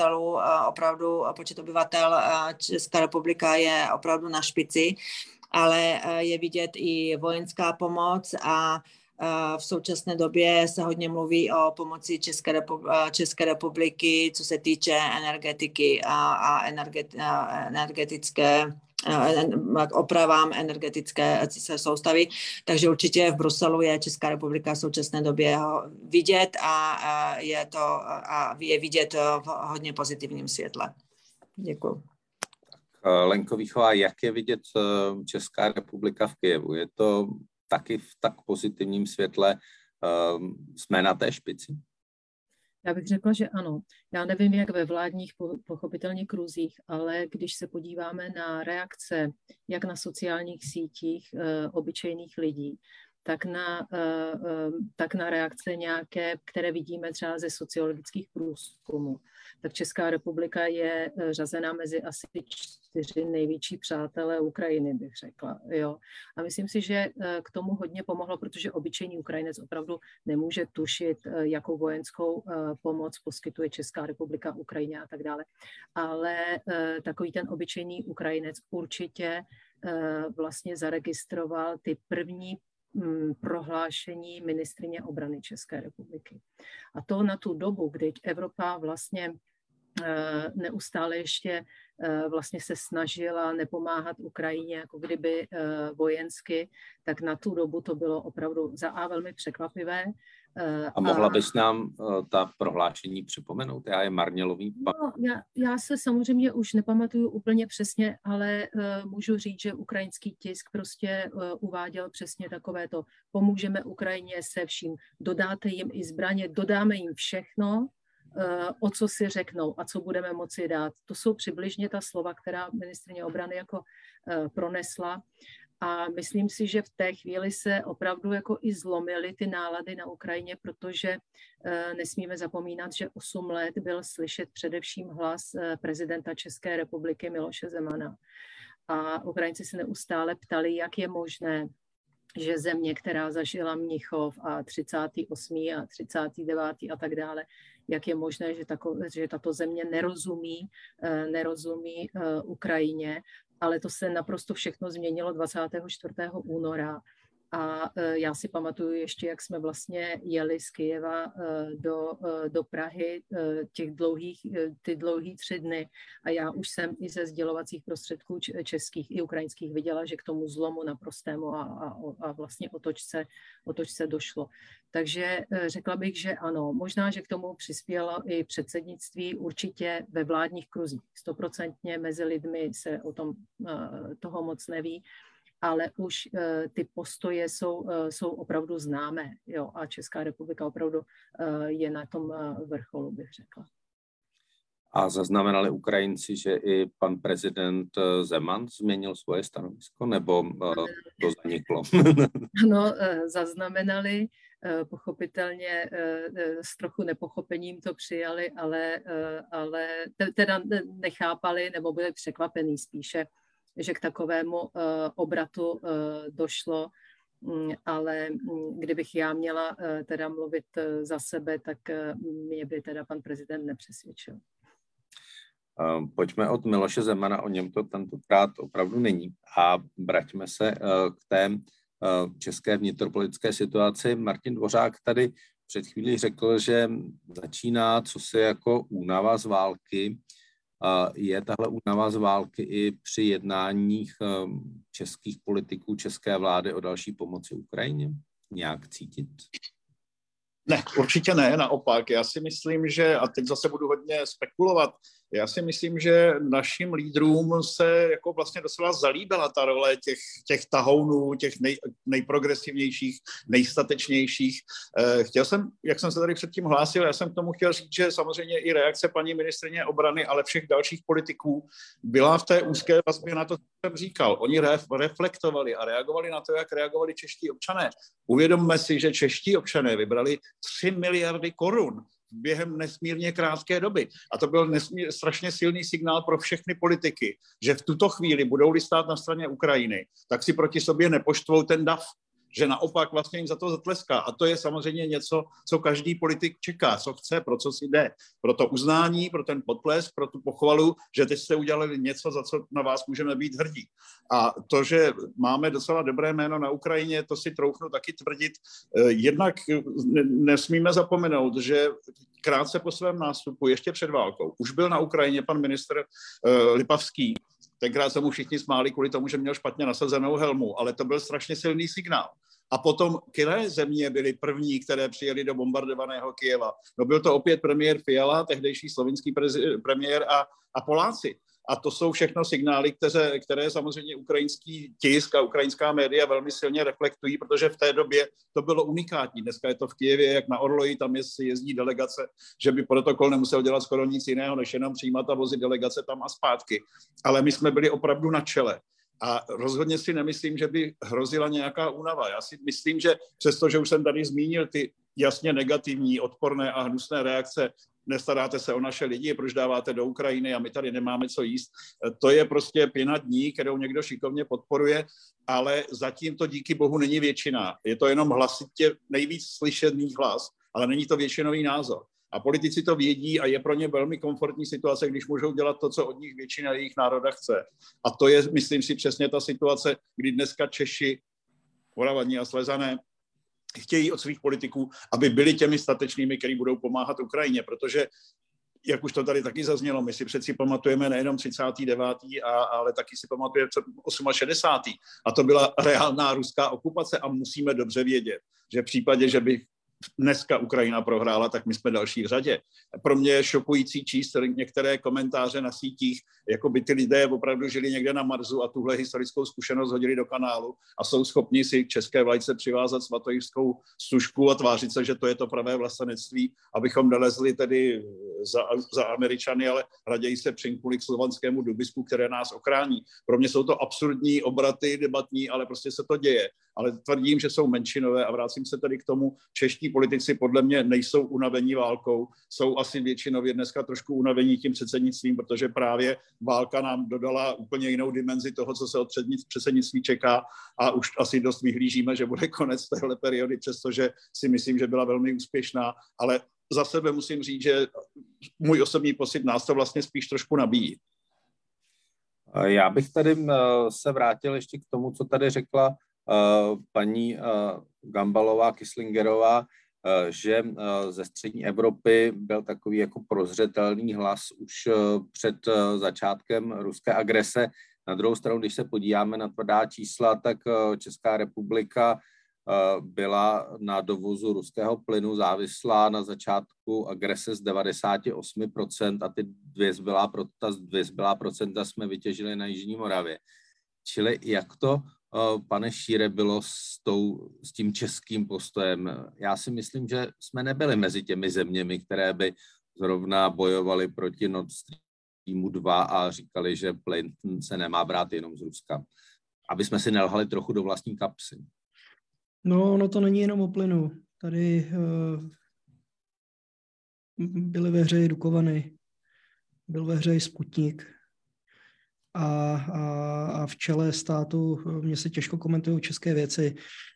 obyvatel Česká republika je opravdu na špici, ale je vidět i vojenská pomoc a v současné době se hodně mluví o pomoci České republiky, co se týče energetiky a energetické opravám energetické soustavy. Takže určitě v Bruselu je Česká republika v současné době vidět a je vidět v hodně pozitivním světle. Děkuji. Lenko Víchová, jak je vidět Česká republika v Kyjevu? Je to taky v tak pozitivním světle? Jsme na té špici? Já bych řekla, že ano. Já nevím, jak ve vládních pochopitelně kruzích, ale když se podíváme na reakce, jak na sociálních sítích obyčejných lidí, tak na reakce nějaké, které vidíme třeba ze sociologických průzkumů, tak Česká republika je řazena mezi asi 4 největší přátelé Ukrajiny, bych řekla. Jo. A myslím si, že k tomu hodně pomohlo, protože obyčejný Ukrajinec opravdu nemůže tušit, jakou vojenskou pomoc poskytuje Česká republika Ukrajině a tak dále. Ale takový ten obyčejný Ukrajinec určitě vlastně zaregistroval ty první prohlášení ministryně obrany České republiky. A to na tu dobu, kdy Evropa vlastně neustále ještě vlastně se snažila nepomáhat Ukrajině jako kdyby vojensky, tak na tu dobu to bylo opravdu velmi překvapivé. A mohla bys nám ta prohlášení připomenout? Já je marně lovím. No, já se samozřejmě už nepamatuju úplně přesně, ale můžu říct, že ukrajinský tisk prostě uváděl přesně takovéto: pomůžeme Ukrajině se vším, dodáte jim i zbraně, dodáme jim všechno, o co si řeknou a co budeme moci dát. To jsou přibližně ta slova, která ministryně obrany jako pronesla. A myslím si, že v té chvíli se opravdu jako i zlomily ty nálady na Ukrajině, protože nesmíme zapomínat, že 8 let byl slyšet především hlas prezidenta České republiky Miloše Zemana. A Ukrajinci se neustále ptali, jak je možné, že země, která zažila Mnichov a 38. a 39. a tak dále, jak je možné, že tato země nerozumí Ukrajině, ale to se naprosto všechno změnilo 24. února. A já si pamatuju ještě, jak jsme vlastně jeli z Kyjeva do Prahy ty dlouhý 3 dny. A já už jsem i ze sdělovacích prostředků českých i ukrajinských viděla, že k tomu zlomu naprostému a vlastně otočce došlo. Takže řekla bych, že ano. Možná, že k tomu přispělo i předsednictví, určitě ve vládních kruzích. 100% mezi lidmi se o tom toho moc neví, ale už ty postoje jsou opravdu známé. Jo, a Česká republika opravdu je na tom vrcholu, bych řekla. A zaznamenali Ukrajinci, že i pan prezident Zeman změnil svoje stanovisko, nebo to zaniklo? Ano, zaznamenali. Pochopitelně s trochu nepochopením to přijali, ale teda nechápali, nebo byli překvapení spíše, že k takovému obratu došlo, ale kdybych já měla teda mluvit za sebe, tak mě by teda pan prezident nepřesvědčil. Pojďme od Miloše Zemana, o něm to tentokrát opravdu není. A vraťme se k té české vnitropolitické situaci. Martin Dvořák tady před chvílí řekl, že začíná cosi jako únava z války. Je tahle únava z války i při jednáních českých politiků, české vlády o další pomoci Ukrajině? Nějak cítit? Ne, určitě ne, naopak. Já si myslím, že, a teď zase budu hodně spekulovat, já si myslím, že našim lídrům se jako vlastně docela zalíbila ta role těch tahounů, těch nejprogresivnějších, nejstatečnějších. Chtěl jsem, jak jsem se tady předtím hlásil, já jsem k tomu chtěl říct, že samozřejmě i reakce paní ministryně obrany, ale všech dalších politiků byla v té úzké vazbě na to, co jsem říkal. Oni reflektovali a reagovali na to, jak reagovali čeští občané. Uvědomme si, že čeští občané vybrali 3 miliardy korun během nesmírně krátké doby. A to byl strašně silný signál pro všechny politiky, že v tuto chvíli budou-li stát na straně Ukrajiny, tak si proti sobě nepoštvou ten dav, že naopak vlastně jim za to zatleská. A to je samozřejmě něco, co každý politik čeká, co chce, pro co si jde. Pro to uznání, pro ten potlesk, pro tu pochvalu, že teď jste udělali něco, za co na vás můžeme být hrdí. A to, že máme docela dobré jméno na Ukrajině, to si troufnu taky tvrdit. Jednak nesmíme zapomenout, že krátce po svém nástupu, ještě před válkou, už byl na Ukrajině pan ministr Lipavský. Tenkrát se mu všichni smáli kvůli tomu, že měl špatně nasazenou helmu, ale to byl strašně silný signál. A potom, které země byly první, které přijeli do bombardovaného Kyjeva? No byl to opět premiér Fiala, tehdejší slovinský premiér a Poláci. A to jsou všechno signály, které samozřejmě ukrajinský tisk a ukrajinská média velmi silně reflektují, protože v té době to bylo unikátní. Dneska je to v Kyjevě, jak na Orloji, tam jezdí delegace, že by protokol nemusel dělat skoro nic jiného, než jenom přijímat a vozit delegace tam a zpátky. Ale my jsme byli opravdu na čele. A rozhodně si nemyslím, že by hrozila nějaká únava. Já si myslím, že přestože už jsem tady zmínil ty jasně negativní, odporné a hnusné reakce, nestaráte se o naše lidi, proč dáváte do Ukrajiny a my tady nemáme co jíst. To je prostě pěna dní, kterou někdo šikovně podporuje, ale zatím to díky bohu není většina. Je to jenom hlasitě nejvíc slyšený hlas, ale není to většinový názor. A politici to vědí a je pro ně velmi komfortní situace, když můžou dělat to, co od nich většina jejich národa chce. A to je, myslím si, přesně ta situace, kdy dneska Češi, Moravani a Slezané chtějí od svých politiků, aby byli těmi statečnými, kteří budou pomáhat Ukrajině, protože, jak už to tady taky zaznělo, my si přeci pamatujeme nejenom 39., ale taky si pamatujeme 68. A to byla reálná ruská okupace a musíme dobře vědět, že v případě, že by dneska Ukrajina prohrála, tak my jsme další v řadě. Pro mě je šokující číst některé komentáře na sítích, jako by ty lidé opravdu žili někde na Marsu a tuhle historickou zkušenost hodili do kanálu a jsou schopni si k české vlajce přivázat svatojivskou stužku a tvářit se, že to je to pravé vlastenectví, abychom nelezli tedy za Američany, ale raději se přinknuli k slovanskému dubisku, které nás ochrání. Pro mě jsou to absurdní obraty debatní, ale prostě se to děje. Ale tvrdím, že jsou menšinové a vracím se tedy k tomu, čeští politici podle mě nejsou unavení válkou, jsou asi většinově dneska trošku unavení tím předsednictvím, protože právě válka nám dodala úplně jinou dimenzi toho, co se od předsednictví čeká a už asi dost vyhlížíme, že bude konec téhle periody, přestože si myslím, že byla velmi úspěšná, ale za sebe musím říct, že můj osobní pocit nás to vlastně spíš trošku nabíjí. Já bych tady se vrátil ještě k tomu, co tady řekla paní Gambalová, Kyslingerová, že ze střední Evropy byl takový jako prozřetelný hlas už před začátkem ruské agrese. Na druhou stranu, když se podíváme na tvrdá čísla, tak Česká republika byla na dovozu ruského plynu závislá na začátku agrese z 98% a ty 2 zbylá procenta jsme vytěžili na Jižní Moravě. Čili jak to, pane Šíre, bylo s tím českým postojem? Já si myslím, že jsme nebyli mezi těmi zeměmi, které by zrovna bojovali proti Nord Streamu 2 a říkali, že plyn se nemá brát jenom z Ruska. Aby jsme si nelhali trochu do vlastní kapsy. No, ono to není jenom o plynu. Tady byly ve hře i Dukovany, byl ve hře i Sputnik a v čele státu mě se těžko komentují české věci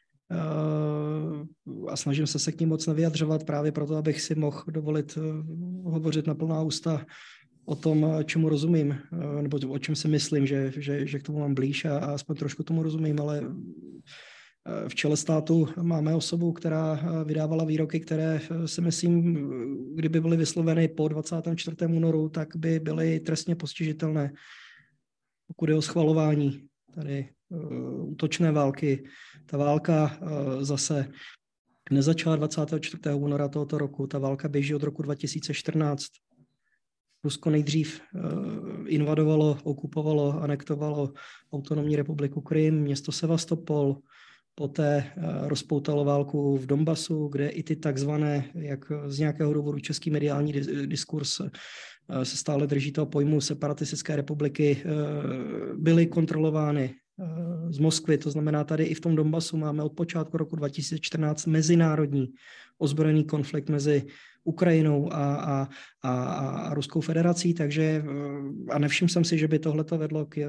a snažím se k ním moc nevyjadřovat právě proto, abych si mohl dovolit hovořit na plná ústa o tom, čemu rozumím, nebo o čem si myslím, že k tomu mám blíž a aspoň trošku tomu rozumím, ale v čele státu máme osobu, která vydávala výroky, které si myslím, kdyby byly vysloveny po 24. únoru, tak by byly trestně postižitelné. Pokud je o schvalování tady útočné války, ta válka zase nezačala 24. února tohoto roku, ta válka běží od roku 2014. Rusko nejdřív invadovalo, okupovalo, anektovalo autonomní republiku Krym, město Sevastopol, poté rozpoutalo válku v Donbasu, kde i ty takzvané, jak z nějakého důvodu český mediální diskurs se stále drží toho pojmu separatistické republiky, byly kontrolovány z Moskvy. To znamená, tady i v tom Donbasu máme od počátku roku 2014 mezinárodní ozbrojený konflikt mezi Ukrajinou a Ruskou federací, takže a nevšiml jsem si, že by tohleto vedlo k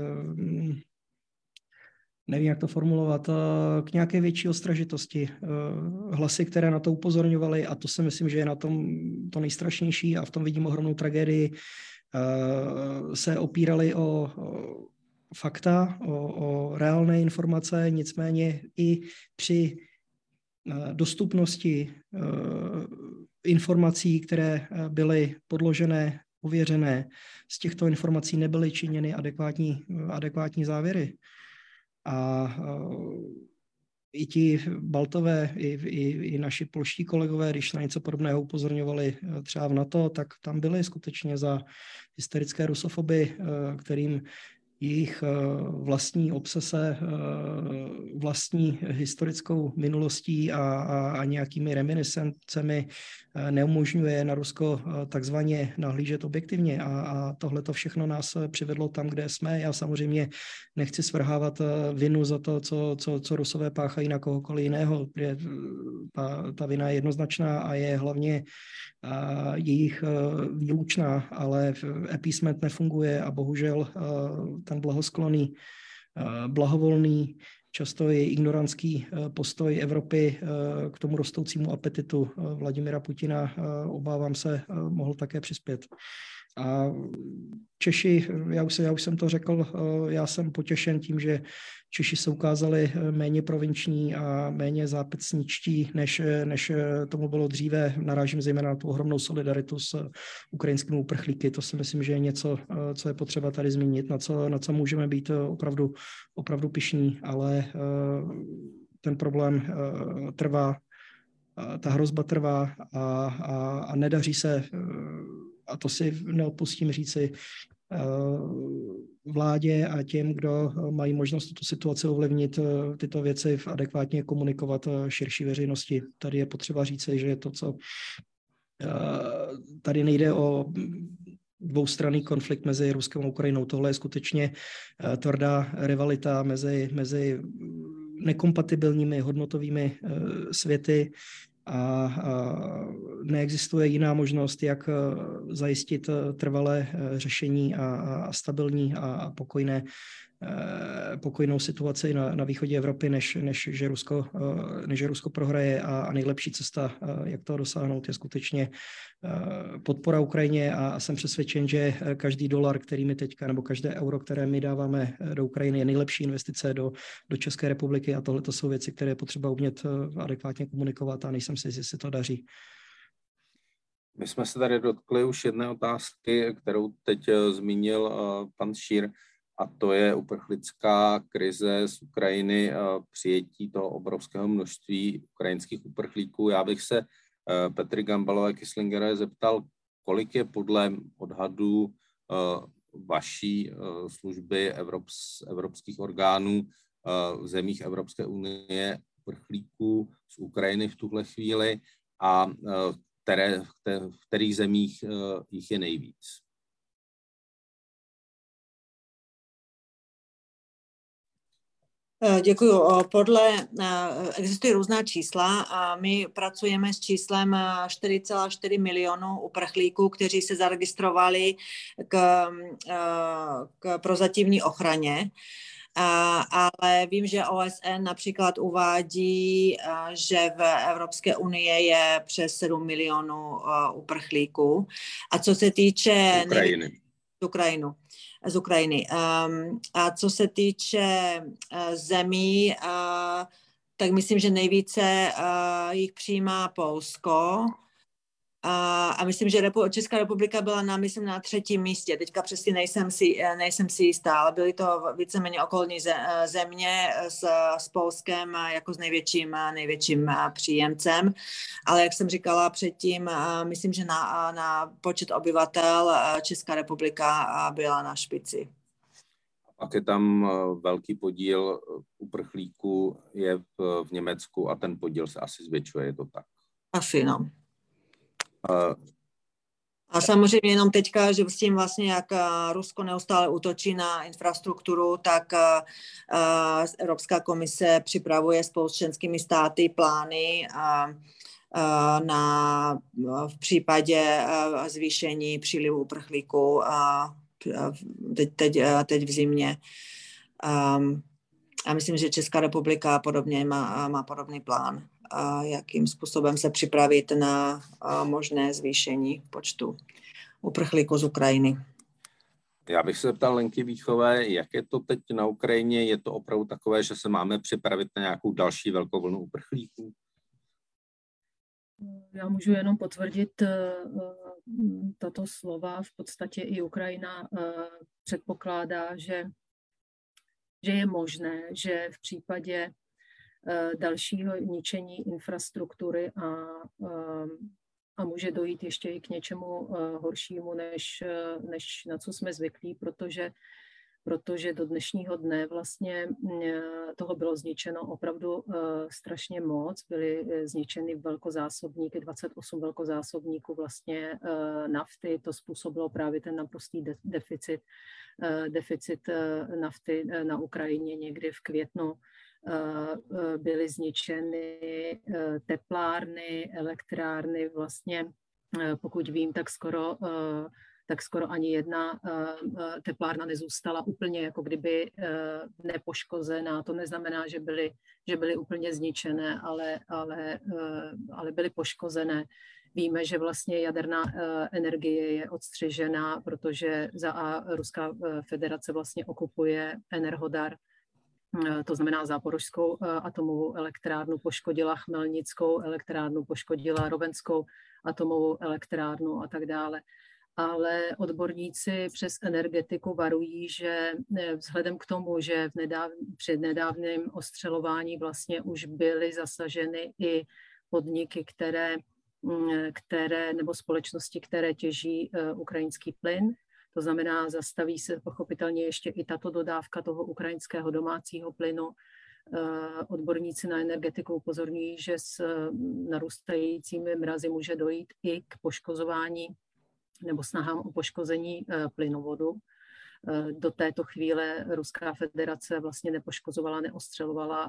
nevím, jak to formulovat, k nějaké větší ostražitosti. Hlasy, které na to upozorňovaly, a to si myslím, že je na tom to nejstrašnější a v tom vidím ohromnou tragédii, se opírali o fakta, o reálné informace, nicméně i při dostupnosti informací, které byly podložené, ověřené, z těchto informací nebyly činěny adekvátní závěry. A i ti Baltové, i naši polští kolegové, když na něco podobného upozorňovali třeba v NATO, tak tam byly skutečně za hysterické rusofoby, kterým jejich vlastní obsese, vlastní historickou minulostí a nějakými reminiscencemi neumožňuje na Rusko takzvaně nahlížet objektivně. A tohle to všechno nás přivedlo tam, kde jsme. Já samozřejmě nechci svrhávat vinu za to, co Rusové páchají na kohokoliv jiného. Ta vina je jednoznačná a je hlavně jejich výlučná, ale appeasement nefunguje a bohužel ten blahosklonný, blahovolný, často je ignorantský postoj Evropy k tomu rostoucímu apetitu Vladimira Putina, obávám se, mohl také přispět. A Češi, já už jsem to řekl, já jsem potěšen tím, že Češi se ukázali méně provinční a méně zápecničtí, než tomu bylo dříve. Narážím zejména na tu ohromnou solidaritu s ukrajinskými uprchlíky. To si myslím, že je něco, co je potřeba tady zmínit, na co můžeme být opravdu pyšní, ale ten problém trvá, ta hrozba trvá a nedaří se, a to si neodpustím říci, vládě a těm, kdo mají možnost tuto situaci ovlivnit, tyto věci adekvátně komunikovat širší veřejnosti. Tady je potřeba říci, že je to, co tady nejde o dvoustranný konflikt mezi Ruskem a Ukrajinou. Tohle je skutečně tvrdá rivalita mezi nekompatibilními hodnotovými světy a neexistuje jiná možnost, jak zajistit trvalé řešení a stabilní a pokojnou situaci na východě Evropy, než že Rusko prohraje, a nejlepší cesta, jak toho dosáhnout, je skutečně podpora Ukrajině a jsem přesvědčen, že každý dolar, který my teďka, nebo každé euro, které my dáváme do Ukrajiny, je nejlepší investice do České republiky, a tohle to jsou věci, které je potřeba umět adekvátně komunikovat a nejsem si, jestli to daří. My jsme se tady dotkli už jedné otázky, kterou teď zmínil pan Šír, a to je uprchlická krize z Ukrajiny, přijetí toho obrovského množství ukrajinských uprchlíků. Já bych se Petry Gambalové-Kislingerové zeptal, kolik je podle odhadů vaší služby evropských orgánů v zemích Evropské unie uprchlíků z Ukrajiny v tuhle chvíli a v kterých zemích jich je nejvíc. Děkuju. Existují různá čísla a my pracujeme s číslem 4,4 milionu uprchlíků, kteří se zaregistrovali k prozatímní ochraně. Ale vím, že OSN například uvádí, že v Evropské unii je přes 7 milionů uprchlíků. A co se týče z Ukrajiny. A co se týče zemí, tak myslím, že nejvíce jich přijímá Polsko. A myslím, že Česká republika byla myslím na 3. místě. Teďka přesně nejsem si jistá, ale byly to víceméně okolní země s Polskem jako s největším příjemcem. Ale jak jsem říkala předtím, myslím, že na počet obyvatel Česká republika byla na špici. Pak je tam velký podíl uprchlíků je v Německu a ten podíl se asi zvětšuje, je to tak? Asi, no. A samozřejmě jenom teďka, že s tím vlastně, jak Rusko neustále útočí na infrastrukturu, tak Evropská komise připravuje spolu s členskými státy plány v případě zvýšení přílivu uprchlíků teď v zimě. A myslím, že Česká republika podobně má podobný plán, jakým způsobem se připravit na možné zvýšení počtu uprchlíků z Ukrajiny. Já bych se zeptal Lenky Víchové, jak je to teď na Ukrajině? Je to opravdu takové, že se máme připravit na nějakou další velkou vlnu uprchlíků? Já můžu jenom potvrdit tato slova. V podstatě i Ukrajina předpokládá, že je možné, že v případě dalšího ničení infrastruktury a může dojít ještě i k něčemu horšímu, než na co jsme zvyklí, protože do dnešního dne vlastně toho bylo zničeno opravdu strašně moc. Byly zničeny velkozásobníky, 28 velkozásobníků vlastně nafty. To způsobilo právě ten naprostý deficit nafty na Ukrajině někdy v květnu. Byly zničeny teplárny, elektrárny, vlastně pokud vím, tak skoro ani jedna teplárna nezůstala úplně jako kdyby nepoškozená. To neznamená, že byly úplně zničené, ale byly poškozené. Víme, že vlastně jaderná energie je odstřižená, protože Ruská federace vlastně okupuje Enerhodar, to znamená Záporožskou atomovou elektrárnu, poškodila Chmelnickou elektrárnu, poškodila Rovenskou atomovou elektrárnu a tak dále. Ale odborníci přes energetiku varují, že vzhledem k tomu, že před nedávným ostřelování vlastně už byly zasaženy i podniky, které nebo společnosti, které těží ukrajinský plyn. To znamená, zastaví se pochopitelně ještě i tato dodávka toho ukrajinského domácího plynu. Odborníci na energetiku upozorňují, že s narůstajícími mrazy může dojít i k poškozování nebo snahám o poškození plynovodu. Do této chvíle Ruská federace vlastně nepoškozovala, neostřelovala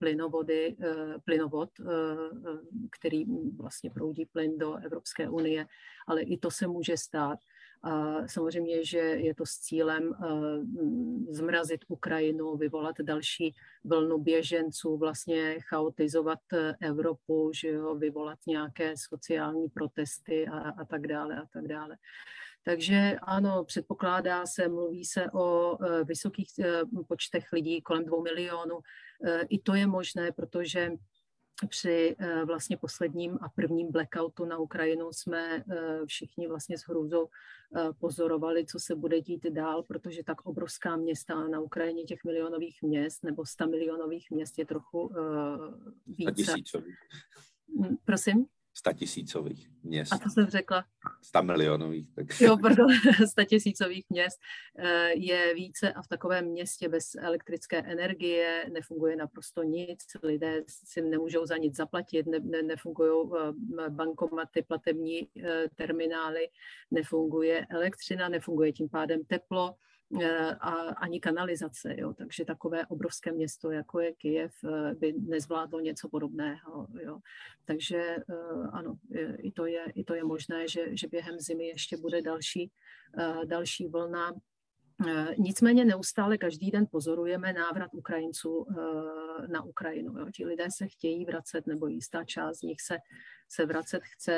plynovod, který vlastně proudí plyn do Evropské unie, ale i to se může stát. A samozřejmě, že je to s cílem zmrazit Ukrajinu, vyvolat další vlnu běženců, vlastně chaotizovat Evropu, že jo, vyvolat nějaké sociální protesty a tak dále a tak dále. Takže ano, mluví se o vysokých počtech lidí, kolem 2 milionů. I to je možné, protože při vlastně posledním a prvním blackoutu na Ukrajinu jsme všichni vlastně s hrůzou pozorovali, co se bude dít dál, protože tak obrovská města na Ukrajině, těch milionových měst nebo 100 milionových měst je trochu více. 100 000. Prosím? 100 000 měst. A to jsem řekla? 100 milionových. Tak. Jo, pardon, 100 000 měst je více a v takovém městě bez elektrické energie nefunguje naprosto nic. Lidé si nemůžou za nic zaplatit, nefungují bankomaty, platební terminály, nefunguje elektřina, nefunguje tím pádem teplo a ani kanalizace. Jo. Takže takové obrovské město, jako je Kyjev, by nezvládlo něco podobného. Jo. Takže ano, i to je možné, že během zimy ještě bude další vlna. Nicméně neustále každý den pozorujeme návrat Ukrajinců na Ukrajinu. Jo. Ti lidé se chtějí vracet, nebo jistá část z nich se vracet chce.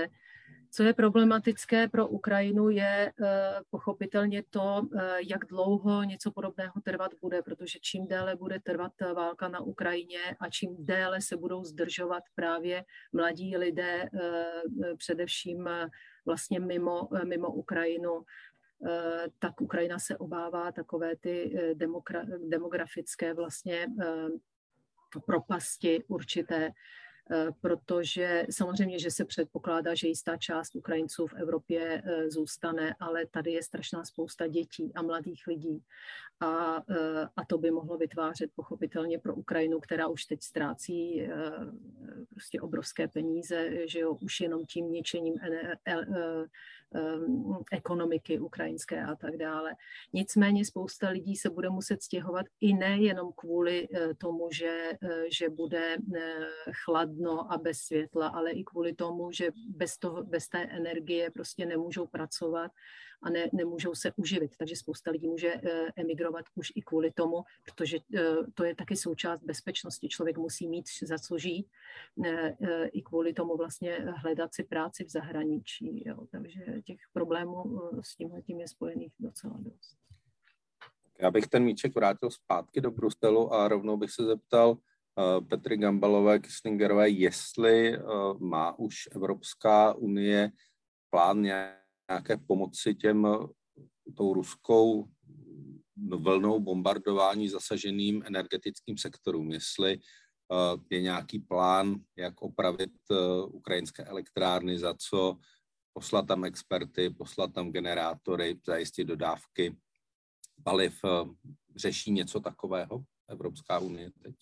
Co je problematické pro Ukrajinu, je pochopitelně to, jak dlouho něco podobného trvat bude, protože čím déle bude trvat válka na Ukrajině a čím déle se budou zdržovat právě mladí lidé, především vlastně mimo Ukrajinu, tak Ukrajina se obává takové ty demografické vlastně propasti určité, protože samozřejmě, že se předpokládá, že jistá část Ukrajinců v Evropě zůstane, ale tady je strašná spousta dětí a mladých lidí. A to by mohlo vytvářet pochopitelně pro Ukrajinu, která už teď ztrácí prostě obrovské peníze, že jo, už jenom tím ničením ekonomiky ukrajinské a tak dále. Nicméně spousta lidí se bude muset stěhovat i nejenom kvůli tomu, že bude chladno a bez světla, ale i kvůli tomu, že bez té energie prostě nemůžou pracovat a nemůžou se uživit. Takže spousta lidí může emigrovat už i kvůli tomu, protože to je taky součást bezpečnosti. Člověk musí mít za co žít, i kvůli tomu vlastně hledat si práci v zahraničí. Jo. Takže těch problémů s tímhletím je spojených docela dost. Já bych ten míček vrátil zpátky do Bruselu a rovnou bych se zeptal Petry Gambalové, Kislingerové, jestli má už Evropská unie plán nějaké pomoci tou ruskou vlnou bombardování zasaženým energetickým sektorům. Jestli je nějaký plán, jak opravit ukrajinské elektrárny, za co poslat tam experty, poslat tam generátory, zajistit dodávky paliv. Řeší něco takového Evropská unie teď?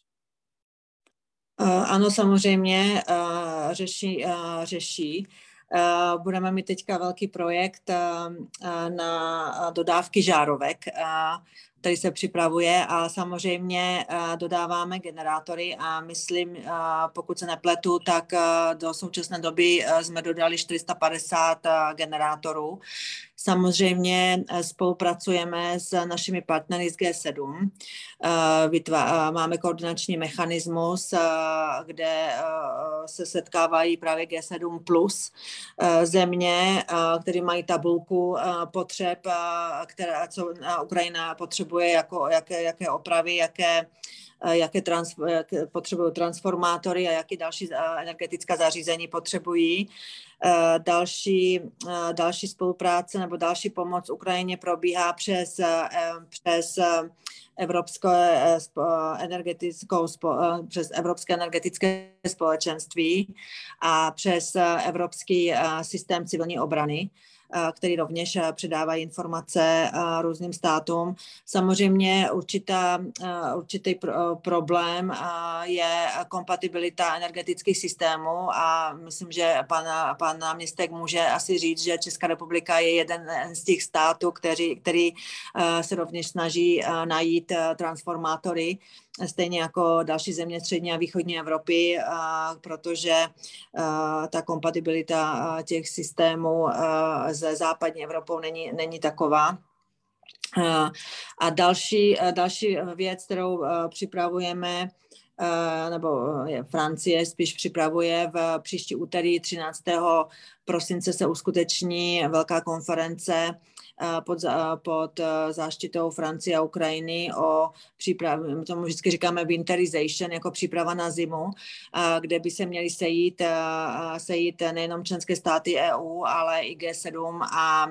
Ano, samozřejmě řeší. Budeme mít teďka velký projekt na dodávky žárovek, který se připravuje, a samozřejmě dodáváme generátory a myslím, pokud se nepletu, tak do současné doby jsme dodali 450 generátorů. Samozřejmě spolupracujeme s našimi partnery z G7. Máme koordinační mechanismus, kde se setkávají právě G7 plus země, které mají tabulku potřeb, co Ukrajina potřebuje, jaké opravy, jaké potřebují transformátory a jaké další energetická zařízení potřebují. Další spolupráce nebo další pomoc Ukrajině probíhá přes Evropské energetické společenství a přes Evropský systém civilní obrany, který rovněž předává informace různým státům. Samozřejmě určitý problém je kompatibilita energetických systémů a myslím, že pan náměstek může asi říct, že Česká republika je jeden z těch států, který se rovněž snaží najít transformátory, stejně jako další země střední a východní Evropy, protože ta kompatibilita těch systémů se západní Evropou není taková. A další věc, kterou připravujeme, nebo Francie spíš připravuje, v příští úterý 13. prosince se uskuteční velká konference pod záštitou Francie a Ukrajiny o přípravě, tomu vždycky říkáme winterization, jako příprava na zimu, kde by se měly sejít nejenom členské státy EU, ale i G7 a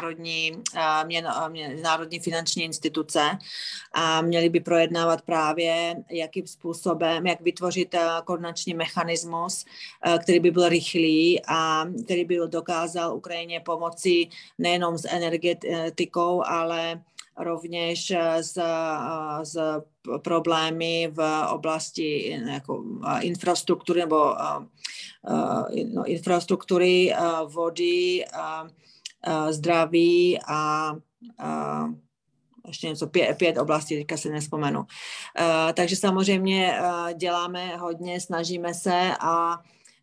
mezinárodní finanční instituce. A měli by projednávat právě, jakým způsobem, jak vytvořit koordinační mechanismus, který by byl rychlý a který by dokázal Ukrajině pomoci nejenom s energetikou, ale rovněž s problémy v oblasti jako infrastruktury nebo infrastruktury, vody, zdraví a ještě něco, 5 oblastí, teďka si nevzpomenu. Takže samozřejmě děláme hodně, snažíme se a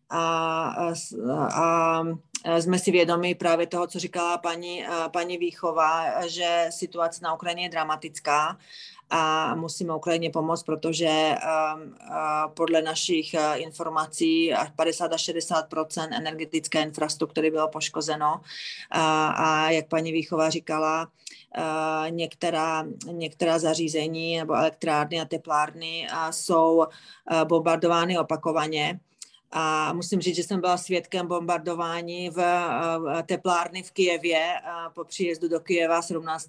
jsme si vědomi právě toho, co říkala paní Víchová, že situace na Ukrajině je dramatická a musíme Ukrajině pomoct, protože podle našich informací 50-60% energetické infrastruktury bylo poškozeno a jak paní Víchová říkala, některá zařízení nebo elektrárny a teplárny jsou bombardovány opakovaně. A musím říct, že jsem byla svědkem bombardování v teplárny v Kyjevě po příjezdu do Kyjeva 17.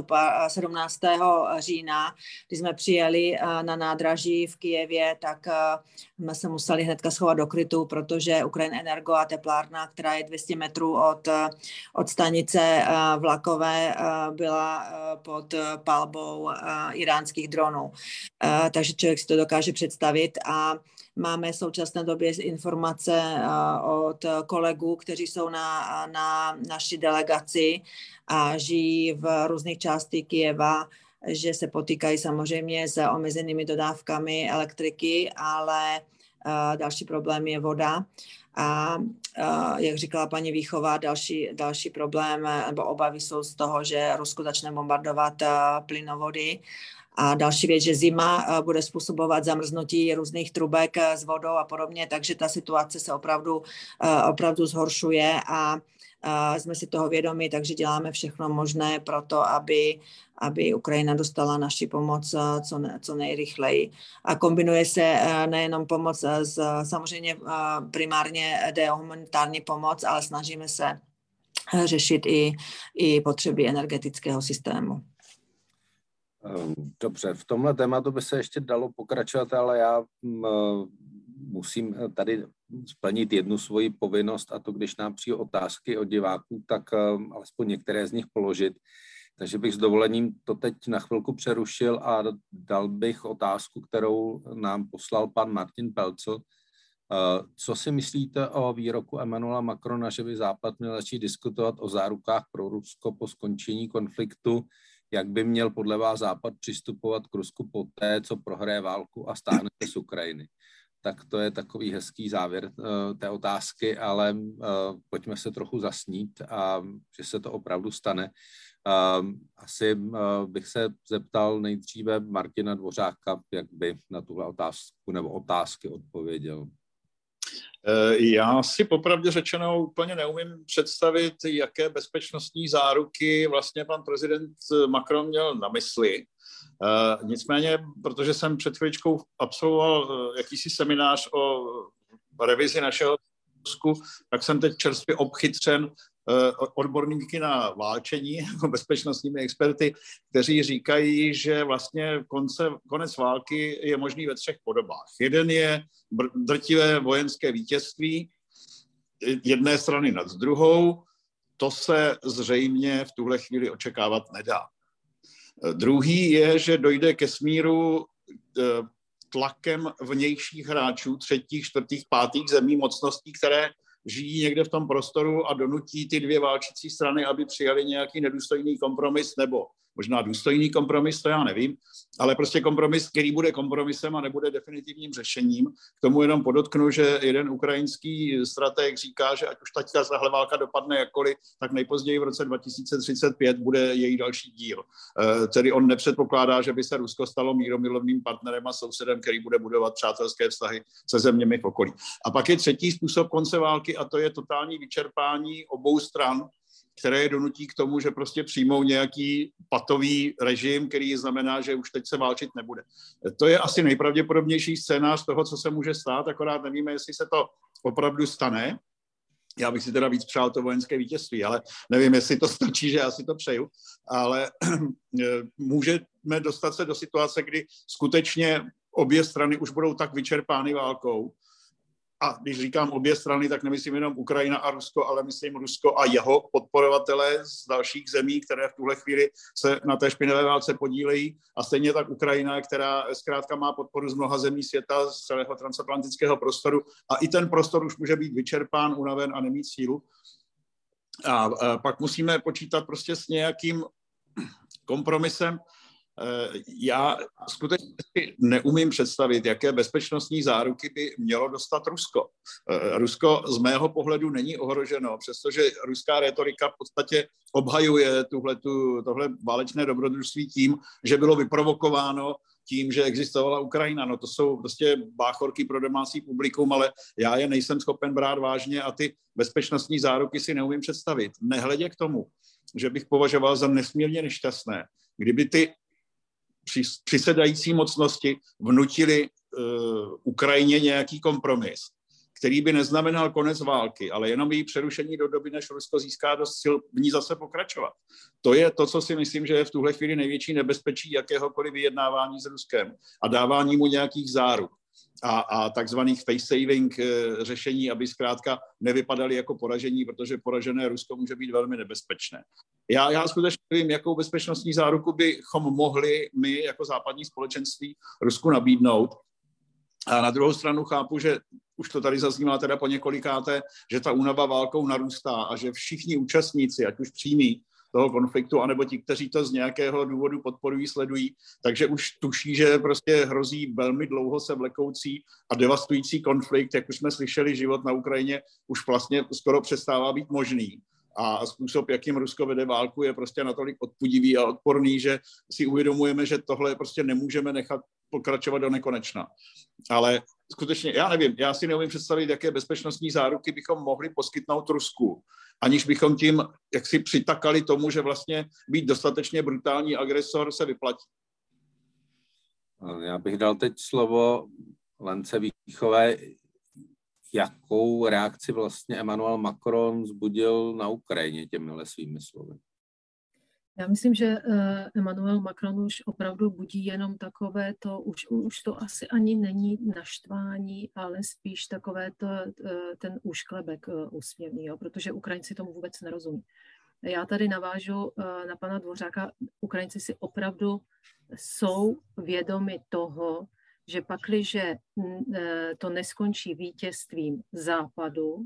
října. Když jsme přijeli na nádraží v Kyjevě, tak jsme se museli hnedka schovat do krytu, protože Ukrenenergo a teplárna, která je 200 metrů od stanice vlakové, byla pod palbou iránských dronů. Takže člověk si to dokáže představit a máme v současné době informace od kolegů, kteří jsou na naší delegaci a žijí v různých částech Kyjeva, že se potýkají samozřejmě s omezenými dodávkami elektriky, ale další problém je voda. A jak říkala paní Víchová, další problém nebo obavy jsou z toho, že Rusko začne bombardovat plynovody. A další věc, že zima bude způsobovat zamrznutí různých trubek s vodou a podobně, takže ta situace se opravdu zhoršuje a jsme si toho vědomi, takže děláme všechno možné pro to, aby Ukrajina dostala naši pomoc co nejrychleji. A kombinuje se nejenom pomoc, samozřejmě primárně jde o humanitární pomoc, ale snažíme se řešit i potřeby energetického systému. Dobře, v tomhle tématu by se ještě dalo pokračovat, ale já musím tady splnit jednu svoji povinnost, a to když nám přijde otázky od diváků, tak alespoň některé z nich položit. Takže bych s dovolením to teď na chvilku přerušil a dal bych otázku, kterou nám poslal pan Martin Pelcl. Co si myslíte o výroku Emmanuela Macrona, že by Západ měl začít diskutovat o zárukách pro Rusko po skončení konfliktu? Jak by měl podle vás Západ přistupovat k Rusku poté, co prohraje válku a stáhne se z Ukrajiny? Tak to je takový hezký závěr té otázky, ale pojďme se trochu zasnít, a že se to opravdu stane. Asi bych se zeptal nejdříve Martina Dvořáka, jak by na tuhle otázku nebo otázky odpověděl. Já si popravdě řečeno úplně neumím představit, jaké bezpečnostní záruky vlastně pan prezident Macron měl na mysli. Nicméně, protože jsem před chvíličkou absolvoval jakýsi seminář o revizi našeho Rusku, tak jsem teď čerstvě obchytřen odborníky na válčení, bezpečnostními experty, kteří říkají, že vlastně konec války je možný ve 3 podobách. Jeden je drtivé vojenské vítězství jedné strany nad druhou, to se zřejmě v tuhle chvíli očekávat nedá. Druhý je, že dojde ke smíru tlakem vnějších hráčů, 3., 4., 5. zemí, mocností, které žijí někde v tom prostoru a donutí ty 2 válčící strany, aby přijali nějaký nedůstojný kompromis, nebo možná důstojný kompromis, to já nevím, ale prostě kompromis, který bude kompromisem a nebude definitivním řešením. K tomu jenom podotknu, že jeden ukrajinský strateg říká, že ať už taťka tahle válka dopadne jakkoliv, tak nejpozději v roce 2035 bude její další díl. Tedy on nepředpokládá, že by se Rusko stalo míromilovným partnerem a sousedem, který bude budovat přátelské vztahy se zeměmi v okolí. A pak je třetí způsob konce války, a to je totální vyčerpání obou stran, které je donutí k tomu, že prostě přijmou nějaký patový režim, který znamená, že už teď se válčit nebude. To je asi nejpravděpodobnější scénář toho, co se může stát, akorát nevíme, jestli se to opravdu stane. Já bych si teda víc přál to vojenské vítězství, ale nevím, jestli to stačí, že já si to přeju, ale můžeme dostat se do situace, kdy skutečně obě strany už budou tak vyčerpány válkou. A když říkám obě strany, tak nemyslím jenom Ukrajina a Rusko, ale myslím Rusko a jeho podporovatelé z dalších zemí, které v tuhle chvíli se na té špinavé válce podílejí. A stejně tak Ukrajina, která zkrátka má podporu z mnoha zemí světa, z celého transatlantického prostoru. A i ten prostor už může být vyčerpán, unaven a nemít sílu. A pak musíme počítat prostě s nějakým kompromisem. Já skutečně si neumím představit, jaké bezpečnostní záruky by mělo dostat Rusko. Rusko z mého pohledu není ohroženo, přestože ruská retorika v podstatě obhajuje tohle válečné dobrodružství tím, že bylo vyprovokováno tím, že existovala Ukrajina. No to jsou prostě báchorky pro domácí publikum, ale já je nejsem schopen brát vážně a ty bezpečnostní záruky si neumím představit. Nehledě k tomu, že bych považoval za nesmírně nešťastné, kdyby ty přisedající mocnosti vnutili Ukrajině nějaký kompromis, který by neznamenal konec války, ale jenom její přerušení do doby, než Rusko získá dost sil v ní zase pokračovat. To je to, co si myslím, že je v tuhle chvíli největší nebezpečí jakéhokoliv vyjednávání s Ruskem a dávání mu nějakých záruk a takzvaných face-saving řešení, aby zkrátka nevypadaly jako poražení, protože poražené Rusko může být velmi nebezpečné. Já skutečně nevím, jakou bezpečnostní záruku bychom mohli my jako západní společenství Rusku nabídnout. A na druhou stranu chápu, že už to tady zaznívá teda po několikáté, že ta únava válkou narůstá a že všichni účastníci, ať už přímí toho konfliktu, anebo ti, kteří to z nějakého důvodu podporují, sledují, takže už tuší, že prostě hrozí velmi dlouho se vlekoucí a devastující konflikt, jak už jsme slyšeli, život na Ukrajině už vlastně skoro přestává být možný. A způsob, jakým Rusko vede válku, je prostě natolik odpudivý a odporný, že si uvědomujeme, že tohle prostě nemůžeme nechat pokračovat do nekonečna. Ale skutečně, já nevím, já si neumím představit, jaké bezpečnostní záruky bychom mohli poskytnout Rusku, aniž bychom tím jaksi přitakali tomu, že vlastně být dostatečně brutální agresor se vyplatí. Já bych dal teď slovo Lence Víchové. Jakou reakci vlastně Emmanuel Macron vzbudil na Ukrajině těmihle svými slovy? Já myslím, že Emmanuel Macron už opravdu budí jenom takové to, už to asi ani není naštvání, ale spíš takové ten úšklebek úsměvný, jo, protože Ukrajinci tomu vůbec nerozumí. Já tady navážu na pana Dvořáka, Ukrajinci si opravdu jsou vědomi toho, že pakliže to neskončí vítězstvím Západu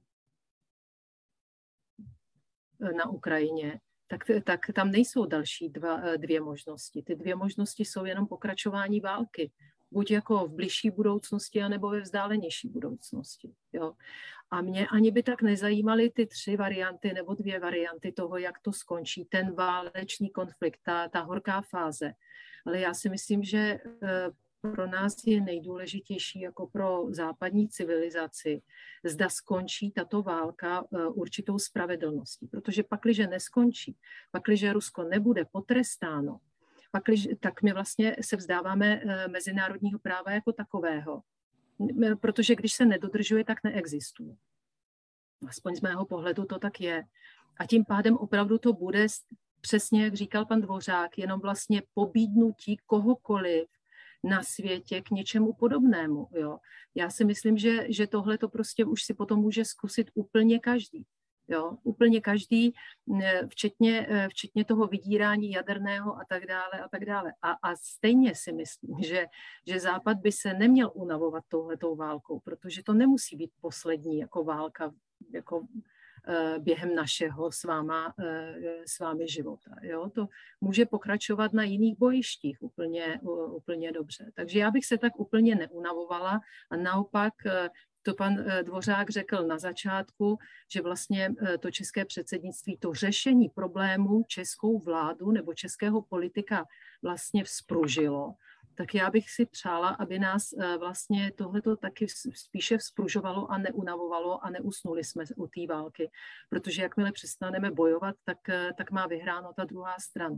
na Ukrajině, tak tam nejsou další dvě možnosti. Ty dvě možnosti jsou jenom pokračování války. Buď jako v bližší budoucnosti, anebo ve vzdálenější budoucnosti. Jo. A mě ani by tak nezajímaly ty 3 varianty nebo 2 varianty toho, jak to skončí, ten válečný konflikt, ta horká fáze. Ale já si myslím, že pro nás je nejdůležitější jako pro západní civilizaci, zda skončí tato válka určitou spravedlností. Protože pakliže neskončí, pakliže Rusko nebude potrestáno, tak my vlastně se vzdáváme mezinárodního práva jako takového. Protože když se nedodržuje, tak neexistuje. Aspoň z mého pohledu to tak je. A tím pádem opravdu to bude, přesně jak říkal pan Dvořák, jenom vlastně pobídnutí kohokoliv na světě k něčemu podobnému. Jo. Já si myslím, že tohle to prostě už si potom může zkusit úplně každý. Jo. Úplně každý, včetně toho vydírání jaderného a tak dále a tak dále. A stejně si myslím, že Západ by se neměl unavovat touhletou válkou, protože to nemusí být poslední jako válka jako během našeho s vámi života. Jo? To může pokračovat na jiných bojištích úplně dobře. Takže já bych se tak úplně neunavovala a naopak to pan Dvořák řekl na začátku, že vlastně to české předsednictví, to řešení problémů českou vládu nebo českého politika vlastně vzpružilo. Tak já bych si přála, aby nás vlastně tohleto taky spíše vzpružovalo a neunavovalo a neusnuli jsme u té války, protože jakmile přestaneme bojovat, tak má vyhráno ta druhá strana.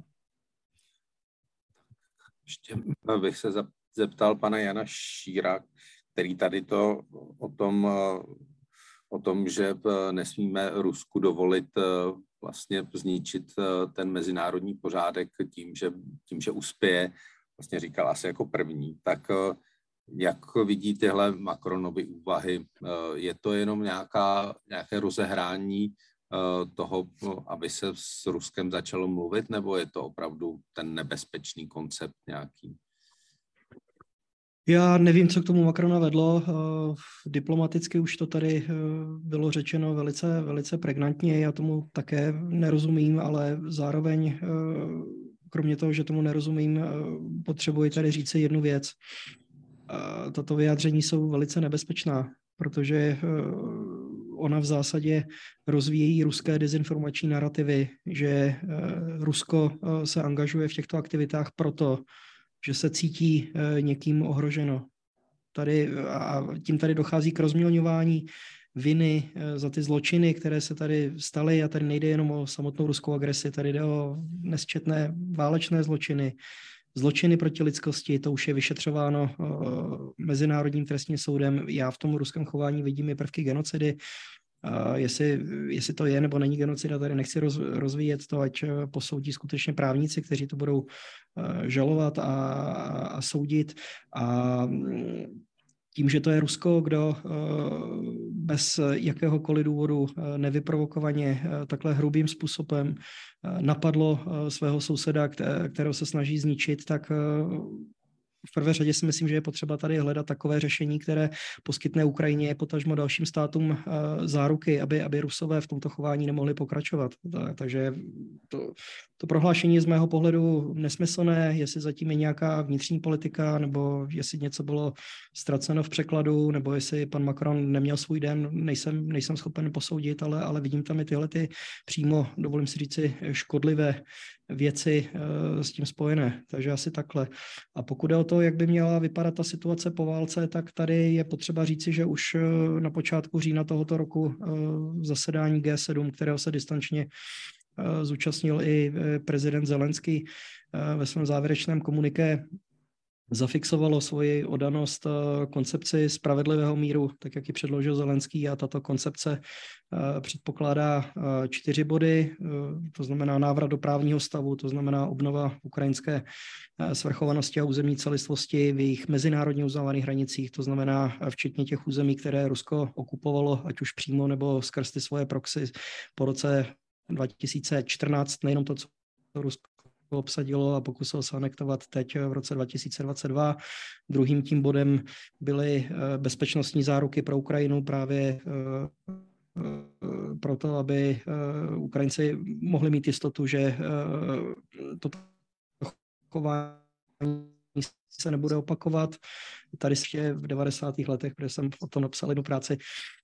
Ještě bych se zeptal pana Jana Šíra, který tady to o tom, že nesmíme Rusku dovolit vlastně zničit ten mezinárodní pořádek tím, že uspěje, vlastně říkal asi jako první. Tak jak vidí tyhle Macronovy úvahy? Je to jenom nějaké rozehrání toho, aby se s Ruskem začalo mluvit, nebo je to opravdu ten nebezpečný koncept nějaký? Já nevím, co k tomu Macrona vedlo. Diplomaticky už to tady bylo řečeno velice pregnantně. Já tomu také nerozumím, ale zároveň kromě toho, že tomu nerozumím, potřebuji tady říct jednu věc. Tato vyjádření jsou velice nebezpečná, protože ona v zásadě rozvíjí ruské dezinformační narrativy, že Rusko se angažuje v těchto aktivitách proto, že se cítí někým ohroženo. Tím tady dochází k rozmělňování viny za ty zločiny, které se tady staly, a tady nejde jenom o samotnou ruskou agresi, tady jde o nesčetné válečné zločiny, zločiny proti lidskosti, to už je vyšetřováno Mezinárodním trestním soudem. Já v tom ruském chování vidím i prvky genocidy. Jestli to je nebo není genocida, tady nechci rozvíjet to, ať posoudí skutečně právníci, kteří to budou žalovat a soudit. A tím, že to je Rusko, kdo bez jakéhokoliv důvodu nevyprovokovaně takhle hrubým způsobem napadlo svého souseda, kterého se snaží zničit, tak v prvé řadě si myslím, že je potřeba tady hledat takové řešení, které poskytne Ukrajině, potažmo dalším státům záruky, aby Rusové v tomto chování nemohli pokračovat. Takže to prohlášení je z mého pohledu nesmyslné, jestli zatím je nějaká vnitřní politika, nebo jestli něco bylo ztraceno v překladu, nebo jestli pan Macron neměl svůj den, nejsem schopen posoudit, ale vidím tam i tyhle přímo, dovolím si říci, škodlivé věci s tím spojené. Takže asi takhle. A pokud je o to, jak by měla vypadat ta situace po válce, tak tady je potřeba říci, že už na počátku října tohoto roku zasedání G7, kterého se distančně zúčastnil i prezident Zelenský, ve svém závěrečném komuniké zafixovalo svoji oddanost koncepci spravedlivého míru, tak jak ji předložil Zelenský, a tato koncepce předpokládá 4 body, to znamená návrat do právního stavu, to znamená obnova ukrajinské svrchovanosti a územní celistvosti v jejich mezinárodně uznávaných hranicích, to znamená včetně těch území, které Rusko okupovalo, ať už přímo nebo skrz ty svoje proxy po roce 2014, nejenom to, co Rusko obsadilo a pokusilo se anektovat teď v roce 2022. Druhým tím bodem byly bezpečnostní záruky pro Ukrajinu právě proto, aby Ukrajinci mohli mít jistotu, že to chování se nebude opakovat. Tady ještě v 90. letech, protože jsem o tom napsal jednu práci,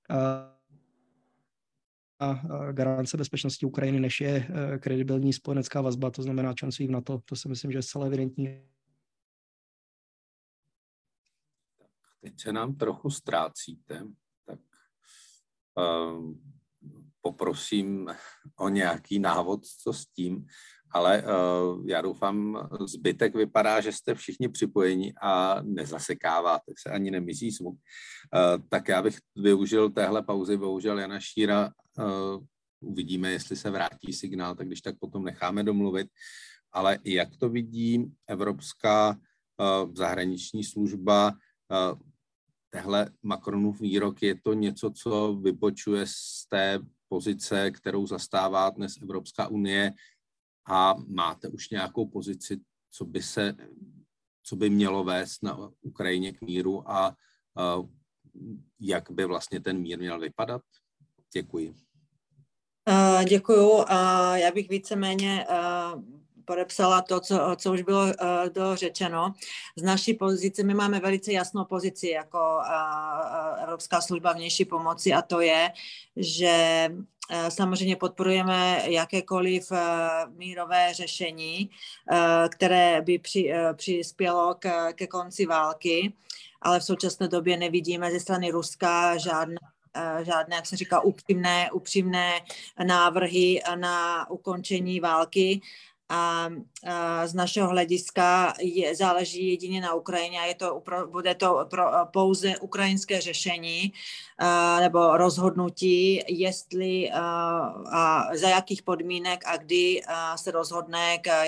a garance bezpečnosti Ukrajiny, než je kredibilní spojenecká vazba, to znamená členství v NATO. To si myslím, že je zcela evidentní. Teď se nám trochu ztrácíte, tak poprosím o nějaký návod, co s tím, ale já doufám, zbytek vypadá, že jste všichni připojeni a nezasekáváte se, ani nemizí zvuk. Tak já bych využil téhle pauzy, bohužel Jana Šíra, uvidíme, jestli se vrátí signál, tak když tak potom necháme domluvit, ale jak to vidí Evropská zahraniční služba, tehle Macronův výrok, je to něco, co vybočuje z té pozice, kterou zastává dnes Evropská unie, a máte už nějakou pozici, co by mělo vést na Ukrajině k míru a jak by vlastně ten mír měl vypadat? Děkuji. Děkuju. Já bych víceméně podepsala to, co už bylo řečeno. Z naší pozice my máme velice jasnou pozici jako Evropská služba vnější pomoci, a to je, že samozřejmě podporujeme jakékoliv mírové řešení, které by přispělo ke konci války, ale v současné době nevidíme ze strany Ruska žádné, jak se říká, upřímné návrhy na ukončení války. A z našeho hlediska záleží jedině na Ukrajině a bude to pouze ukrajinské řešení nebo rozhodnutí, jestli a za jakých podmínek a kdy se rozhodne k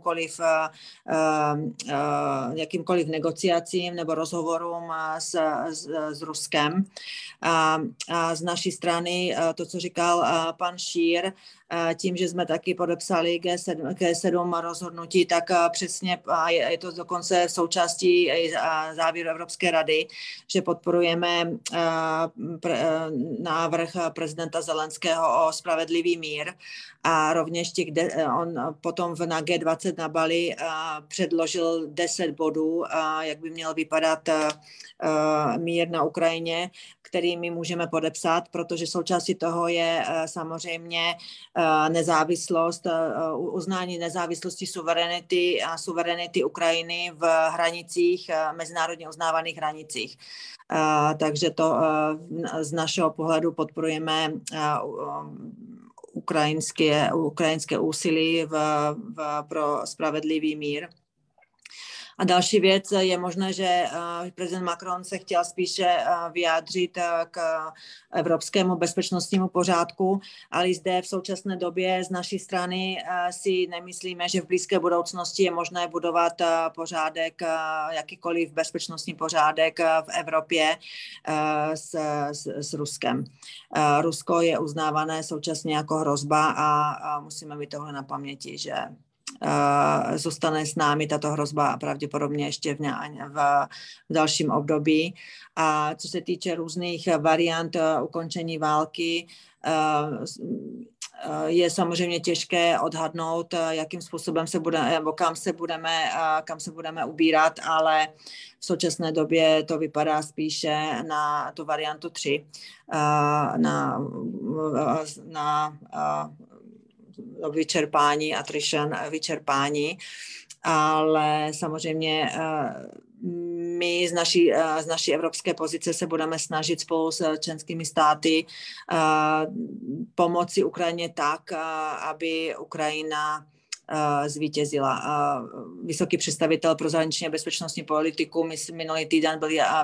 jakýmkoliv negociacím nebo rozhovorům s Ruskem. A z naší strany to, co říkal pan Šír, tím, že jsme taky podepsali G7 rozhodnutí, tak přesně je to dokonce součástí závěru Evropské rady, že podporujeme návrh prezidenta Zelenského o spravedlivý mír a rovněž on potom na G20 na Bali předložil 10 bodů, jak by měl vypadat mír na Ukrajině, který my můžeme podepsat, protože součástí toho je samozřejmě nezávislost, uznání nezávislosti suverenity Ukrajiny v hranicích, mezinárodně uznávaných hranicích. Takže to z našeho pohledu podporujeme ukrajinské úsilí pro spravedlivý mír. A další věc je možné, že prezident Macron se chtěl spíše vyjádřit k evropskému bezpečnostnímu pořádku, ale zde v současné době z naší strany si nemyslíme, že v blízké budoucnosti je možné budovat pořádek, jakýkoliv bezpečnostní pořádek v Evropě s Ruskem. Rusko je uznávané současně jako hrozba a musíme mít tohle na paměti, že zůstane s námi tato hrozba pravděpodobně ještě v dalším období. A co se týče různých variant ukončení války, je samozřejmě těžké odhadnout, jakým způsobem nebo kam se budeme ubírat, ale v současné době to vypadá spíše na tu variantu 3, na vyčerpání, ale samozřejmě my z naší evropské pozice se budeme snažit spolu s členskými státy pomoci Ukrajině tak, aby Ukrajina zvítězila. Vysoký představitel pro zahraniční bezpečnostní politiku minulý týden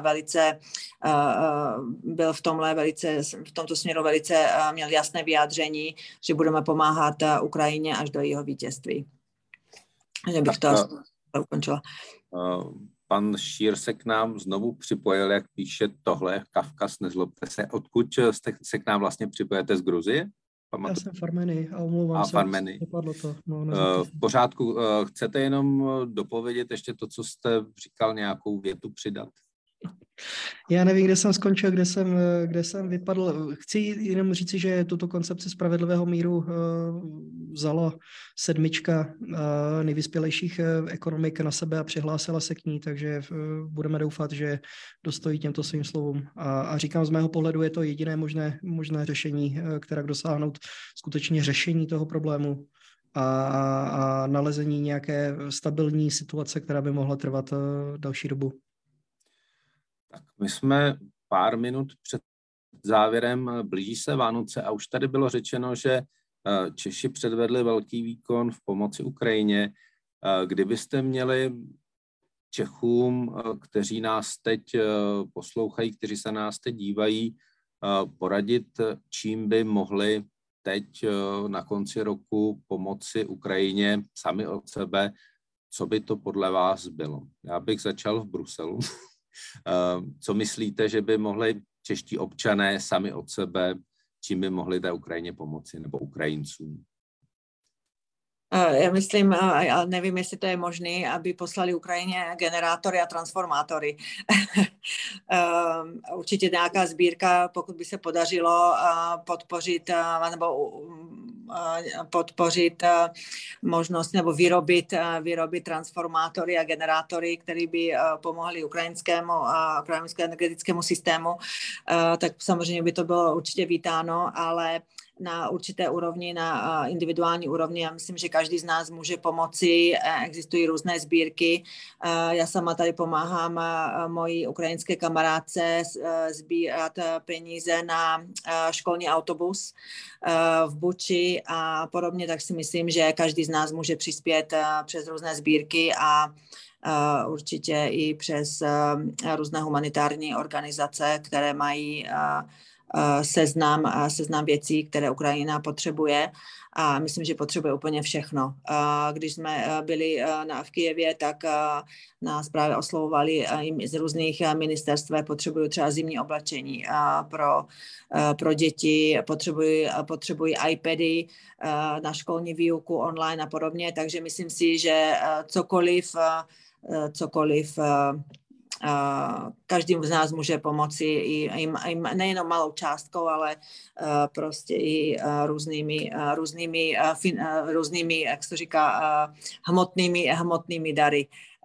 byl v tomto směru velice měl jasné vyjádření, že budeme pomáhat Ukrajině až do jeho vítězství. Že bych to ukončila. Pan Šír se k nám znovu připojil, jak píše tohle, Kavkaz, nezlobte se. Odkud se k nám vlastně připojete, z Gruzie? Já jsem v Armenii a omlouvám se. To. V pořádku. Chcete jenom dopovědět ještě to, co jste říkal, nějakou větu přidat? Já nevím, kde jsem skončil, kde jsem vypadl. Chci jenom říci, že tuto koncepci spravedlivého míru vzala 7 nejvyspělejších ekonomik na sebe a přihlásila se k ní, takže budeme doufat, že dostojí těmto svým slovům. A říkám, z mého pohledu je to jediné možné řešení, které dosáhnout skutečně řešení toho problému a nalezení nějaké stabilní situace, která by mohla trvat další dobu. Tak my jsme pár minut před závěrem, blíží se Vánoce a už tady bylo řečeno, že Češi předvedli velký výkon v pomoci Ukrajině. Kdybyste měli Čechům, kteří nás teď poslouchají, kteří se nás teď dívají, poradit, čím by mohli teď na konci roku pomoci Ukrajině sami od sebe, co by to podle vás bylo? Já bych začal v Bruselu. Co myslíte, že by mohli čeští občané sami od sebe, čím by mohli té Ukrajině pomoci, nebo Ukrajincům? Já myslím, ale nevím, jestli to je možné, aby poslali Ukrajině generátory a transformátory. Určitě nějaká sbírka, pokud by se podařilo podpořit možnost nebo vyrobit transformátory a generátory, které by pomohly ukrajinskému energetickému systému, tak samozřejmě by to bylo určitě vítáno, ale na určité úrovni, na individuální úrovni. Já myslím, že každý z nás může pomoci. Existují různé sbírky. Já sama tady pomáhám mojí ukrajinské kamarádce sbírat peníze na školní autobus v Buči a podobně, tak si myslím, že každý z nás může přispět přes různé sbírky a určitě i přes různé humanitární organizace, které mají seznam věcí, které Ukrajina potřebuje a myslím, že potřebuje úplně všechno. Když jsme byli v Kyjevě, tak nás právě oslovovali z různých ministerstv, potřebují třeba zimní oblečení pro děti, potřebují iPady na školní výuku online a podobně, takže myslím si, že cokoliv každý z nás může pomoci i nejenom malou částkou, ale prostě i různými, jak se to říká, hmotnými dary.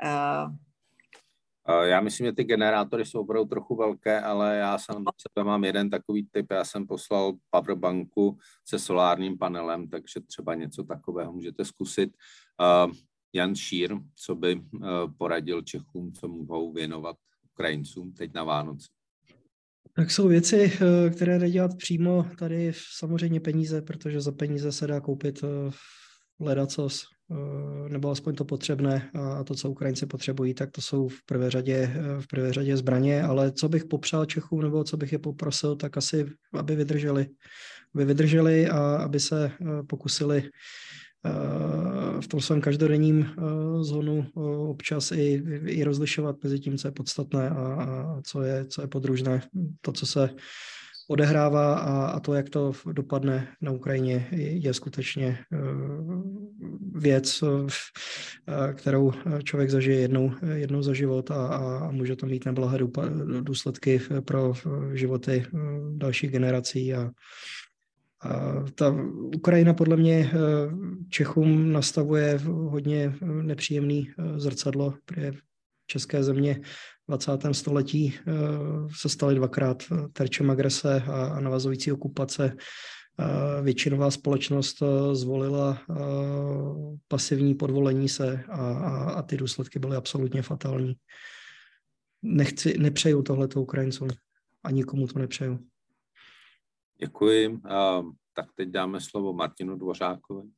Já myslím, že ty generátory jsou opravdu trochu velké, ale já sám do sebe mám jeden takový typ. Já jsem poslal powerbanku se solárním panelem, takže třeba něco takového můžete zkusit. Jan Šír, co by poradil Čechům, co mohou věnovat Ukrajincům teď na Vánoce? Tak jsou věci, které jde dělat přímo tady, samozřejmě peníze, protože za peníze se dá koupit ledacos, nebo aspoň to potřebné, a to, co Ukrajinci potřebují, tak to jsou v prvé řadě zbraně, ale co bych popřál Čechům, nebo co bych je poprosil, tak asi, aby vydrželi a aby se pokusili v tom svém každodenním zhonu občas i rozlišovat mezi tím, co je podstatné a co je podružné. To, co se odehrává a to, jak to dopadne na Ukrajině, je skutečně věc, kterou člověk zažije jednou za život a může to mít neblahé důsledky pro životy dalších generací. A ta Ukrajina podle mě Čechům nastavuje hodně nepříjemný zrcadlo, protože české země v 20. století se staly dvakrát terčem agrese a navazující okupace. Většinová společnost zvolila pasivní podvolení se a ty důsledky byly absolutně fatální. Nepřeju tohleto Ukrajincům a nikomu to nepřeju. Děkuji. Tak teď dáme slovo Martinu Dvořákovi.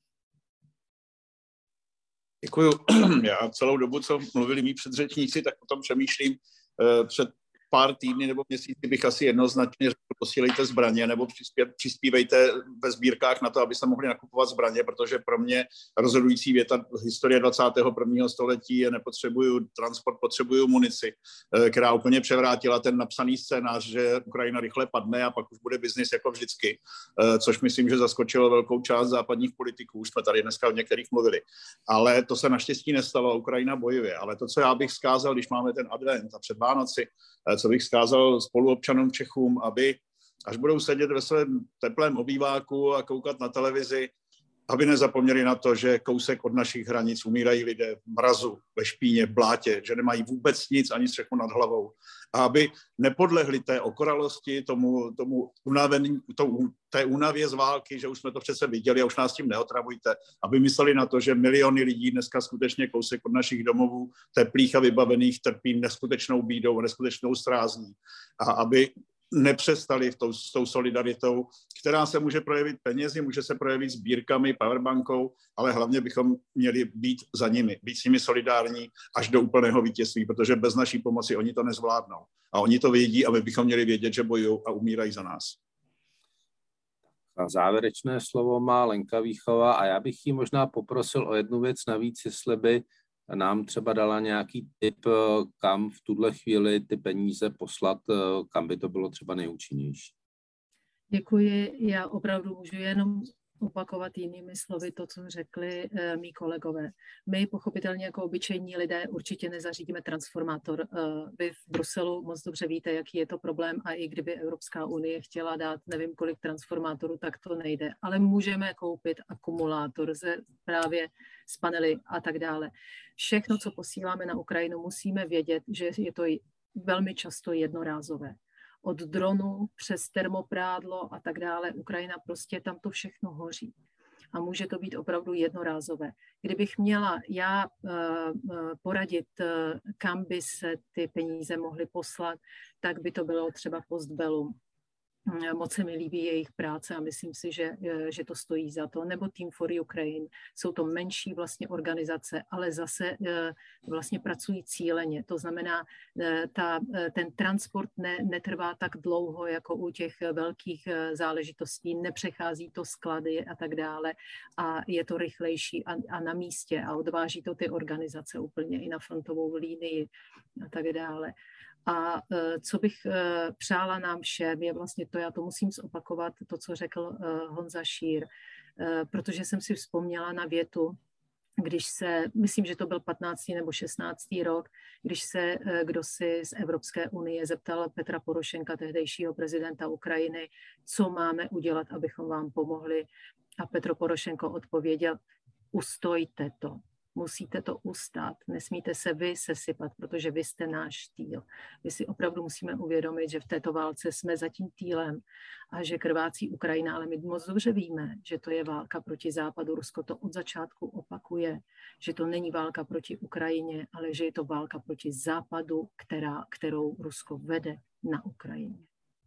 Děkuju. Já celou dobu, co mluvili mý předřečníci, tak o tom přemýšlím. Před pár týdny nebo měsíci bych asi jednoznačně řekl, posílejte zbraně nebo přispívejte ve sbírkách na to, aby se mohli nakupovat zbraně, protože pro mě rozhodující věta historie 21. století je nepotřebuju transport, potřebuju munici, která úplně převrátila ten napsaný scénář, že Ukrajina rychle padne a pak už bude biznis jako vždycky, což myslím, že zaskočilo velkou část západních politiků, už jsme tady dneska o některých mluvili. Ale to se naštěstí nestalo, Ukrajina bojuje. Ale to, co já bych vzkázal, když máme ten advent a před Vánoci, co bych vzkázal spoluobčanům Čechům, aby až budou sedět ve svém teplém obýváku a koukat na televizi, aby nezapomněli na to, že kousek od našich hranic umírají lidé v mrazu, ve špíně, v blátě, že nemají vůbec nic, ani střechu nad hlavou. A aby nepodlehli té okoralosti, té únavě z války, že už jsme to přece viděli a už nás tím neotravujte, aby mysleli na to, že miliony lidí dneska skutečně kousek od našich domovů, teplých a vybavených, trpí neskutečnou bídou, neskutečnou strázní. A aby nepřestali s tou solidaritou, která se může projevit penězi, může se projevit sbírkami, powerbankou, ale hlavně bychom měli být za nimi, být s nimi solidární až do úplného vítězství, protože bez naší pomoci oni to nezvládnou. A oni to vědí a my bychom měli vědět, že bojují a umírají za nás. A závěrečné slovo má Lenka Víchová a já bych jí možná poprosil o jednu věc navíc, jestli by nám třeba dala nějaký tip, kam v tuhle chvíli ty peníze poslat, kam by to bylo třeba nejúčinnější. Děkuji. Já opravdu můžu jenom opakovat jinými slovy to, co řekli mý kolegové. My pochopitelně jako obyčejní lidé určitě nezařídíme transformátor. Vy v Bruselu moc dobře víte, jaký je to problém a i kdyby Evropská unie chtěla dát nevím kolik transformátorů, tak to nejde. Ale můžeme koupit akumulátor právě z panely a tak dále. Všechno, co posíláme na Ukrajinu, musíme vědět, že je to velmi často jednorázové. Od dronu přes termoprádlo a tak dále. Ukrajina prostě tam to všechno hoří. A může to být opravdu jednorázové. Kdybych měla já poradit, kam by se ty peníze mohly poslat, tak by to bylo třeba Postbellum. Moc se mi líbí jejich práce a myslím si, že to stojí za to. Nebo Team for Ukraine. Jsou to menší vlastně organizace, ale zase vlastně pracují cíleně. To znamená, ten transport netrvá tak dlouho, jako u těch velkých záležitostí, nepřechází to sklady a tak dále a je to rychlejší a na místě a odváží to ty organizace úplně i na frontovou línii a tak dále. A co bych přála nám všem, je vlastně to, já to musím zopakovat, to, co řekl Honza Šír, protože jsem si vzpomněla na větu myslím, že to byl 15. nebo 16. rok, když se kdosi z Evropské unie zeptal Petra Porošenka, tehdejšího prezidenta Ukrajiny, co máme udělat, abychom vám pomohli. A Petro Porošenko odpověděl, ustojte to, musíte to ustát, nesmíte se vy sesypat, protože vy jste náš týl. My si opravdu musíme uvědomit, že v této válce jsme za tím týlem a že krvácí Ukrajina, ale my moc dobře víme, že to je válka proti Západu. Rusko to od začátku opakuje, že to není válka proti Ukrajině, ale že je to válka proti Západu, kterou Rusko vede na Ukrajině.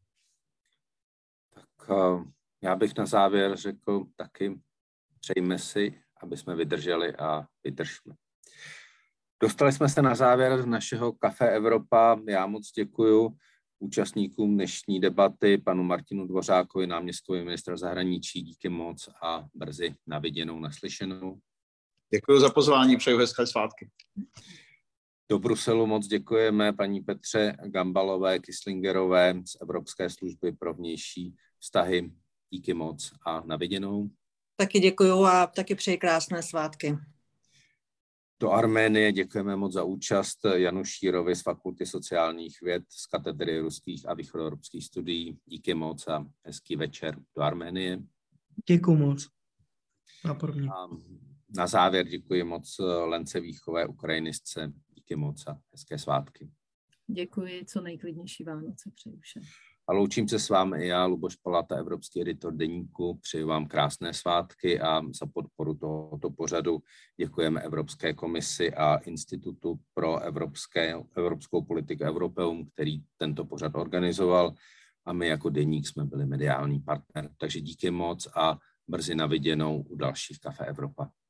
Tak já bych na závěr řekl taky, přejme si, aby jsme vydrželi a vydržme. Dostali jsme se na závěr našeho Café Evropa. Já moc děkuju účastníkům dnešní debaty, panu Martinu Dvořákovi, náměstkovi ministra zahraničí, díky moc a brzy na viděnou, naslyšenou. Děkuji za pozvání, přeju hezké svátky. Do Bruselu moc děkujeme paní Petře Gambalové Kislingerové z Evropské služby pro vnější vztahy. Díky moc a na viděnou. Taky děkuju a taky přeji krásné svátky. Do Arménie děkujeme moc za účast Janu Šírovi z Fakulty sociálních věd z katedry ruských a východoevropských studií. Díky moc a hezký večer do Arménie. Děkuju moc. A na závěr děkuji moc Lence Víchové, ukrajinistce. Díky moc a hezké svátky. Děkuji, co nejklidnější Vánoce přeju všem. A loučím se s vámi i já, Luboš Palata, evropský editor Deníku. Přeji vám krásné svátky a za podporu tohoto pořadu děkujeme Evropské komisi a Institutu pro evropskou politiku Europeum, který tento pořad organizoval, a my jako Deník jsme byli mediální partner. Takže díky moc a brzy na viděnou u dalších Café Evropa.